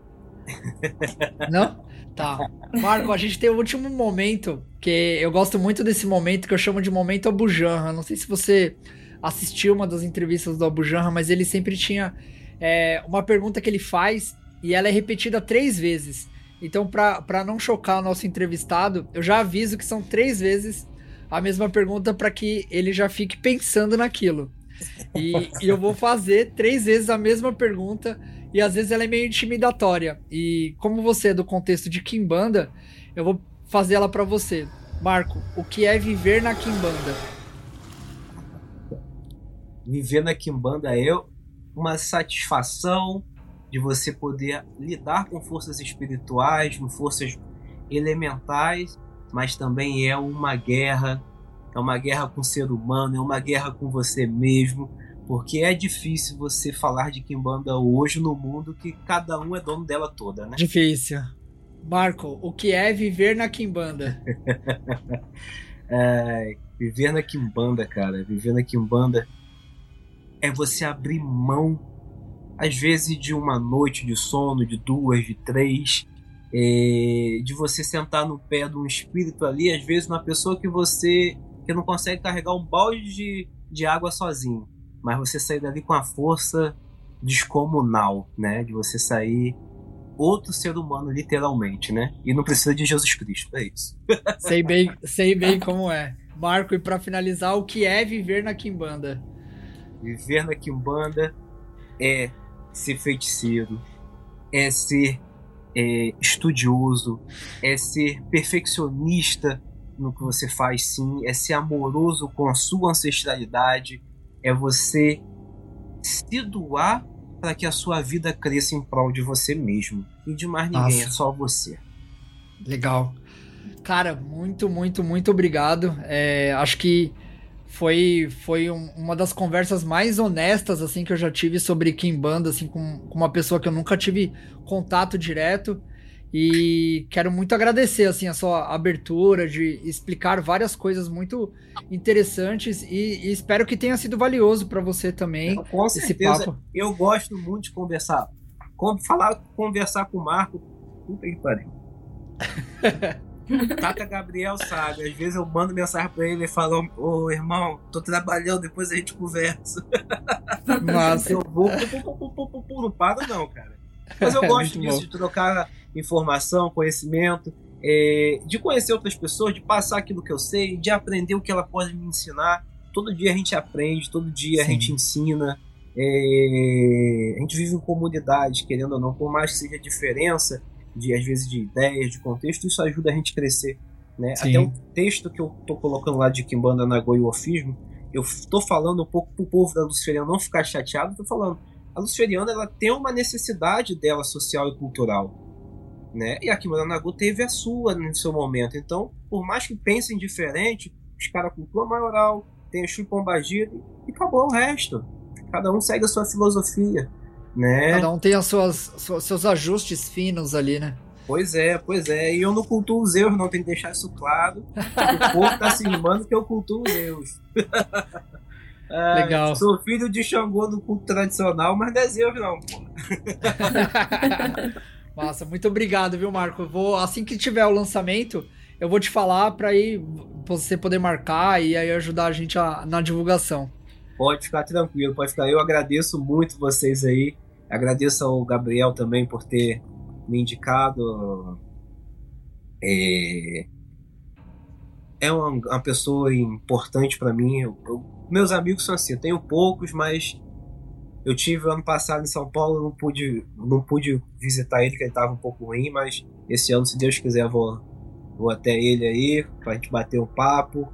Não? Tá. Marco, a gente tem o último momento, que eu gosto muito desse momento, que eu chamo de momento Abu Janra. Não sei se você assistiu uma das entrevistas do Abu Janra, mas ele sempre tinha uma pergunta que ele faz e ela é repetida 3 vezes. Então, pra não chocar o nosso entrevistado, eu já aviso que são 3 vezes a mesma pergunta para que ele já fique pensando naquilo. E eu vou fazer 3 vezes a mesma pergunta. E às vezes ela é meio intimidatória. E como você é do contexto de Quimbanda, eu vou fazer ela pra você. Marco, o que é viver na Quimbanda? Viver na Quimbanda é uma satisfação de você poder lidar com forças espirituais, com forças elementais, mas também é uma guerra com o ser humano, é uma guerra com você mesmo. Porque é difícil você falar de Quimbanda hoje no mundo que cada um é dono dela toda, né? Difícil. Marco, o que é viver na Quimbanda? Viver na Quimbanda, cara, viver na Quimbanda é você abrir mão, às vezes, de uma noite de sono, de 2, de 3, de você sentar no pé de um espírito ali, às vezes uma pessoa que não consegue carregar um balde de água sozinho, mas você sair dali com a força descomunal, né? De você sair outro ser humano, literalmente, né? E não precisa de Jesus Cristo, é isso. Sei bem como é. Marco, e para finalizar, o que é viver na Quimbanda? Viver na Quimbanda é ser feiticeiro, é ser estudioso, é ser perfeccionista no que você faz, sim, é ser amoroso com a sua ancestralidade, é você se doar para que a sua vida cresça em prol de você mesmo e de mais ninguém. É só você. Legal. Cara, muito, muito, muito obrigado. Acho que foi uma das conversas mais honestas assim que eu já tive sobre Quimbanda, assim, com uma pessoa que eu nunca tive contato direto. E quero muito agradecer assim a sua abertura de explicar várias coisas muito interessantes e espero que tenha sido valioso para você também. Com certeza. Papo. Eu gosto muito de conversar. Conversar com o Marco. Puta que pariu. Tata Gabriel sabe. Às vezes eu mando mensagem pra ele e falo: ô irmão, tô trabalhando, depois a gente conversa. Mas eu vou. Não paro, não, cara. Mas eu gosto disso, de trocar informação, conhecimento, de conhecer outras pessoas, de passar aquilo que eu sei, de aprender o que ela pode me ensinar. Todo dia a gente aprende, todo dia a gente ensina. A gente vive em comunidade, querendo ou não, por mais que seja a diferença, às vezes de ideias, de contexto, isso ajuda a gente a crescer, né? Até o texto que eu tô colocando lá de Quimbanda, Nagô e Ofismo, eu tô falando um pouco pro povo da Luciferiana não ficar chateado, tô falando, a Luciferiana, ela tem uma necessidade dela social e cultural, né? E a Quimbanda Nagô teve a sua no seu momento. Então, por mais que pensem diferente, os caras cultuam a maioral, tem o Exu Pombagira e acabou o resto. Cada um segue a sua filosofia, né? Cada um tem seus ajustes finos ali, né? Pois é. E eu não cultuo os erros, não. Tem que deixar isso claro. O povo tá se rimando que eu cultuo os erros. Legal. Sou filho de Xangô no culto tradicional, mas não é Zeus não, pô. Massa, muito obrigado, viu, Marco? Assim que tiver o lançamento, eu vou te falar para aí você poder marcar e aí ajudar a gente na divulgação. Pode ficar tranquilo, pode ficar. Eu agradeço muito vocês aí. Agradeço ao Gabriel também por ter me indicado. É uma pessoa importante para mim. Meus amigos são assim, eu tenho poucos, mas eu tive ano passado em São Paulo, não pude visitar ele, porque ele estava um pouco ruim, mas esse ano, se Deus quiser, vou até ele aí, pra gente bater um papo.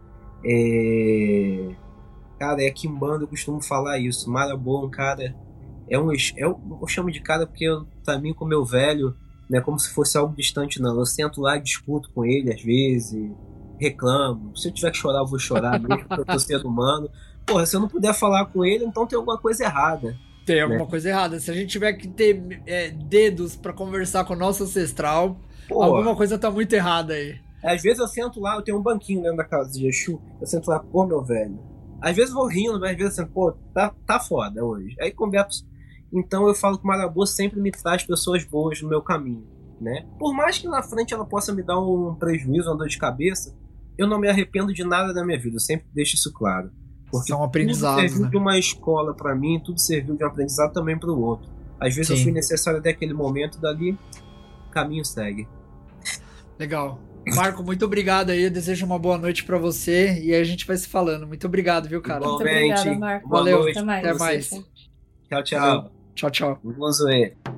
Cara, Quimbanda, eu costumo falar isso. Marabon, cara, eu chamo de cara porque pra mim, como meu velho, não é como se fosse algo distante, não. Eu sento lá e discuto com ele às vezes, reclamo. Se eu tiver que chorar, eu vou chorar mesmo, porque eu tô ser humano. Porra, se eu não puder falar com ele, então tem alguma coisa errada. Tem alguma coisa errada. Se a gente tiver que ter dedos pra conversar com o nosso ancestral, alguma coisa tá muito errada aí. Às vezes eu sento lá, eu tenho um banquinho dentro da casa de Exu, eu sento lá, pô, meu velho. Às vezes eu vou rindo, mas às vezes assim, pô, tá foda hoje. Aí converso. Então eu falo que o Marabô sempre me traz pessoas boas no meu caminho, né? Por mais que na frente ela possa me dar um prejuízo, uma dor de cabeça, eu não me arrependo de nada da minha vida, eu sempre deixo isso claro. Porque são aprendizados, tudo serviu de uma escola pra mim, tudo serviu de um aprendizado também pro outro. Às vezes eu fui necessário até aquele momento, dali o caminho segue. Legal. Marco, muito obrigado aí, eu desejo uma boa noite pra você e aí a gente vai se falando. Muito obrigado, viu, cara? Muito obrigada, Marco. Valeu, noite, até mais. Tchau, tchau. Tchau, tchau. Vamos ver.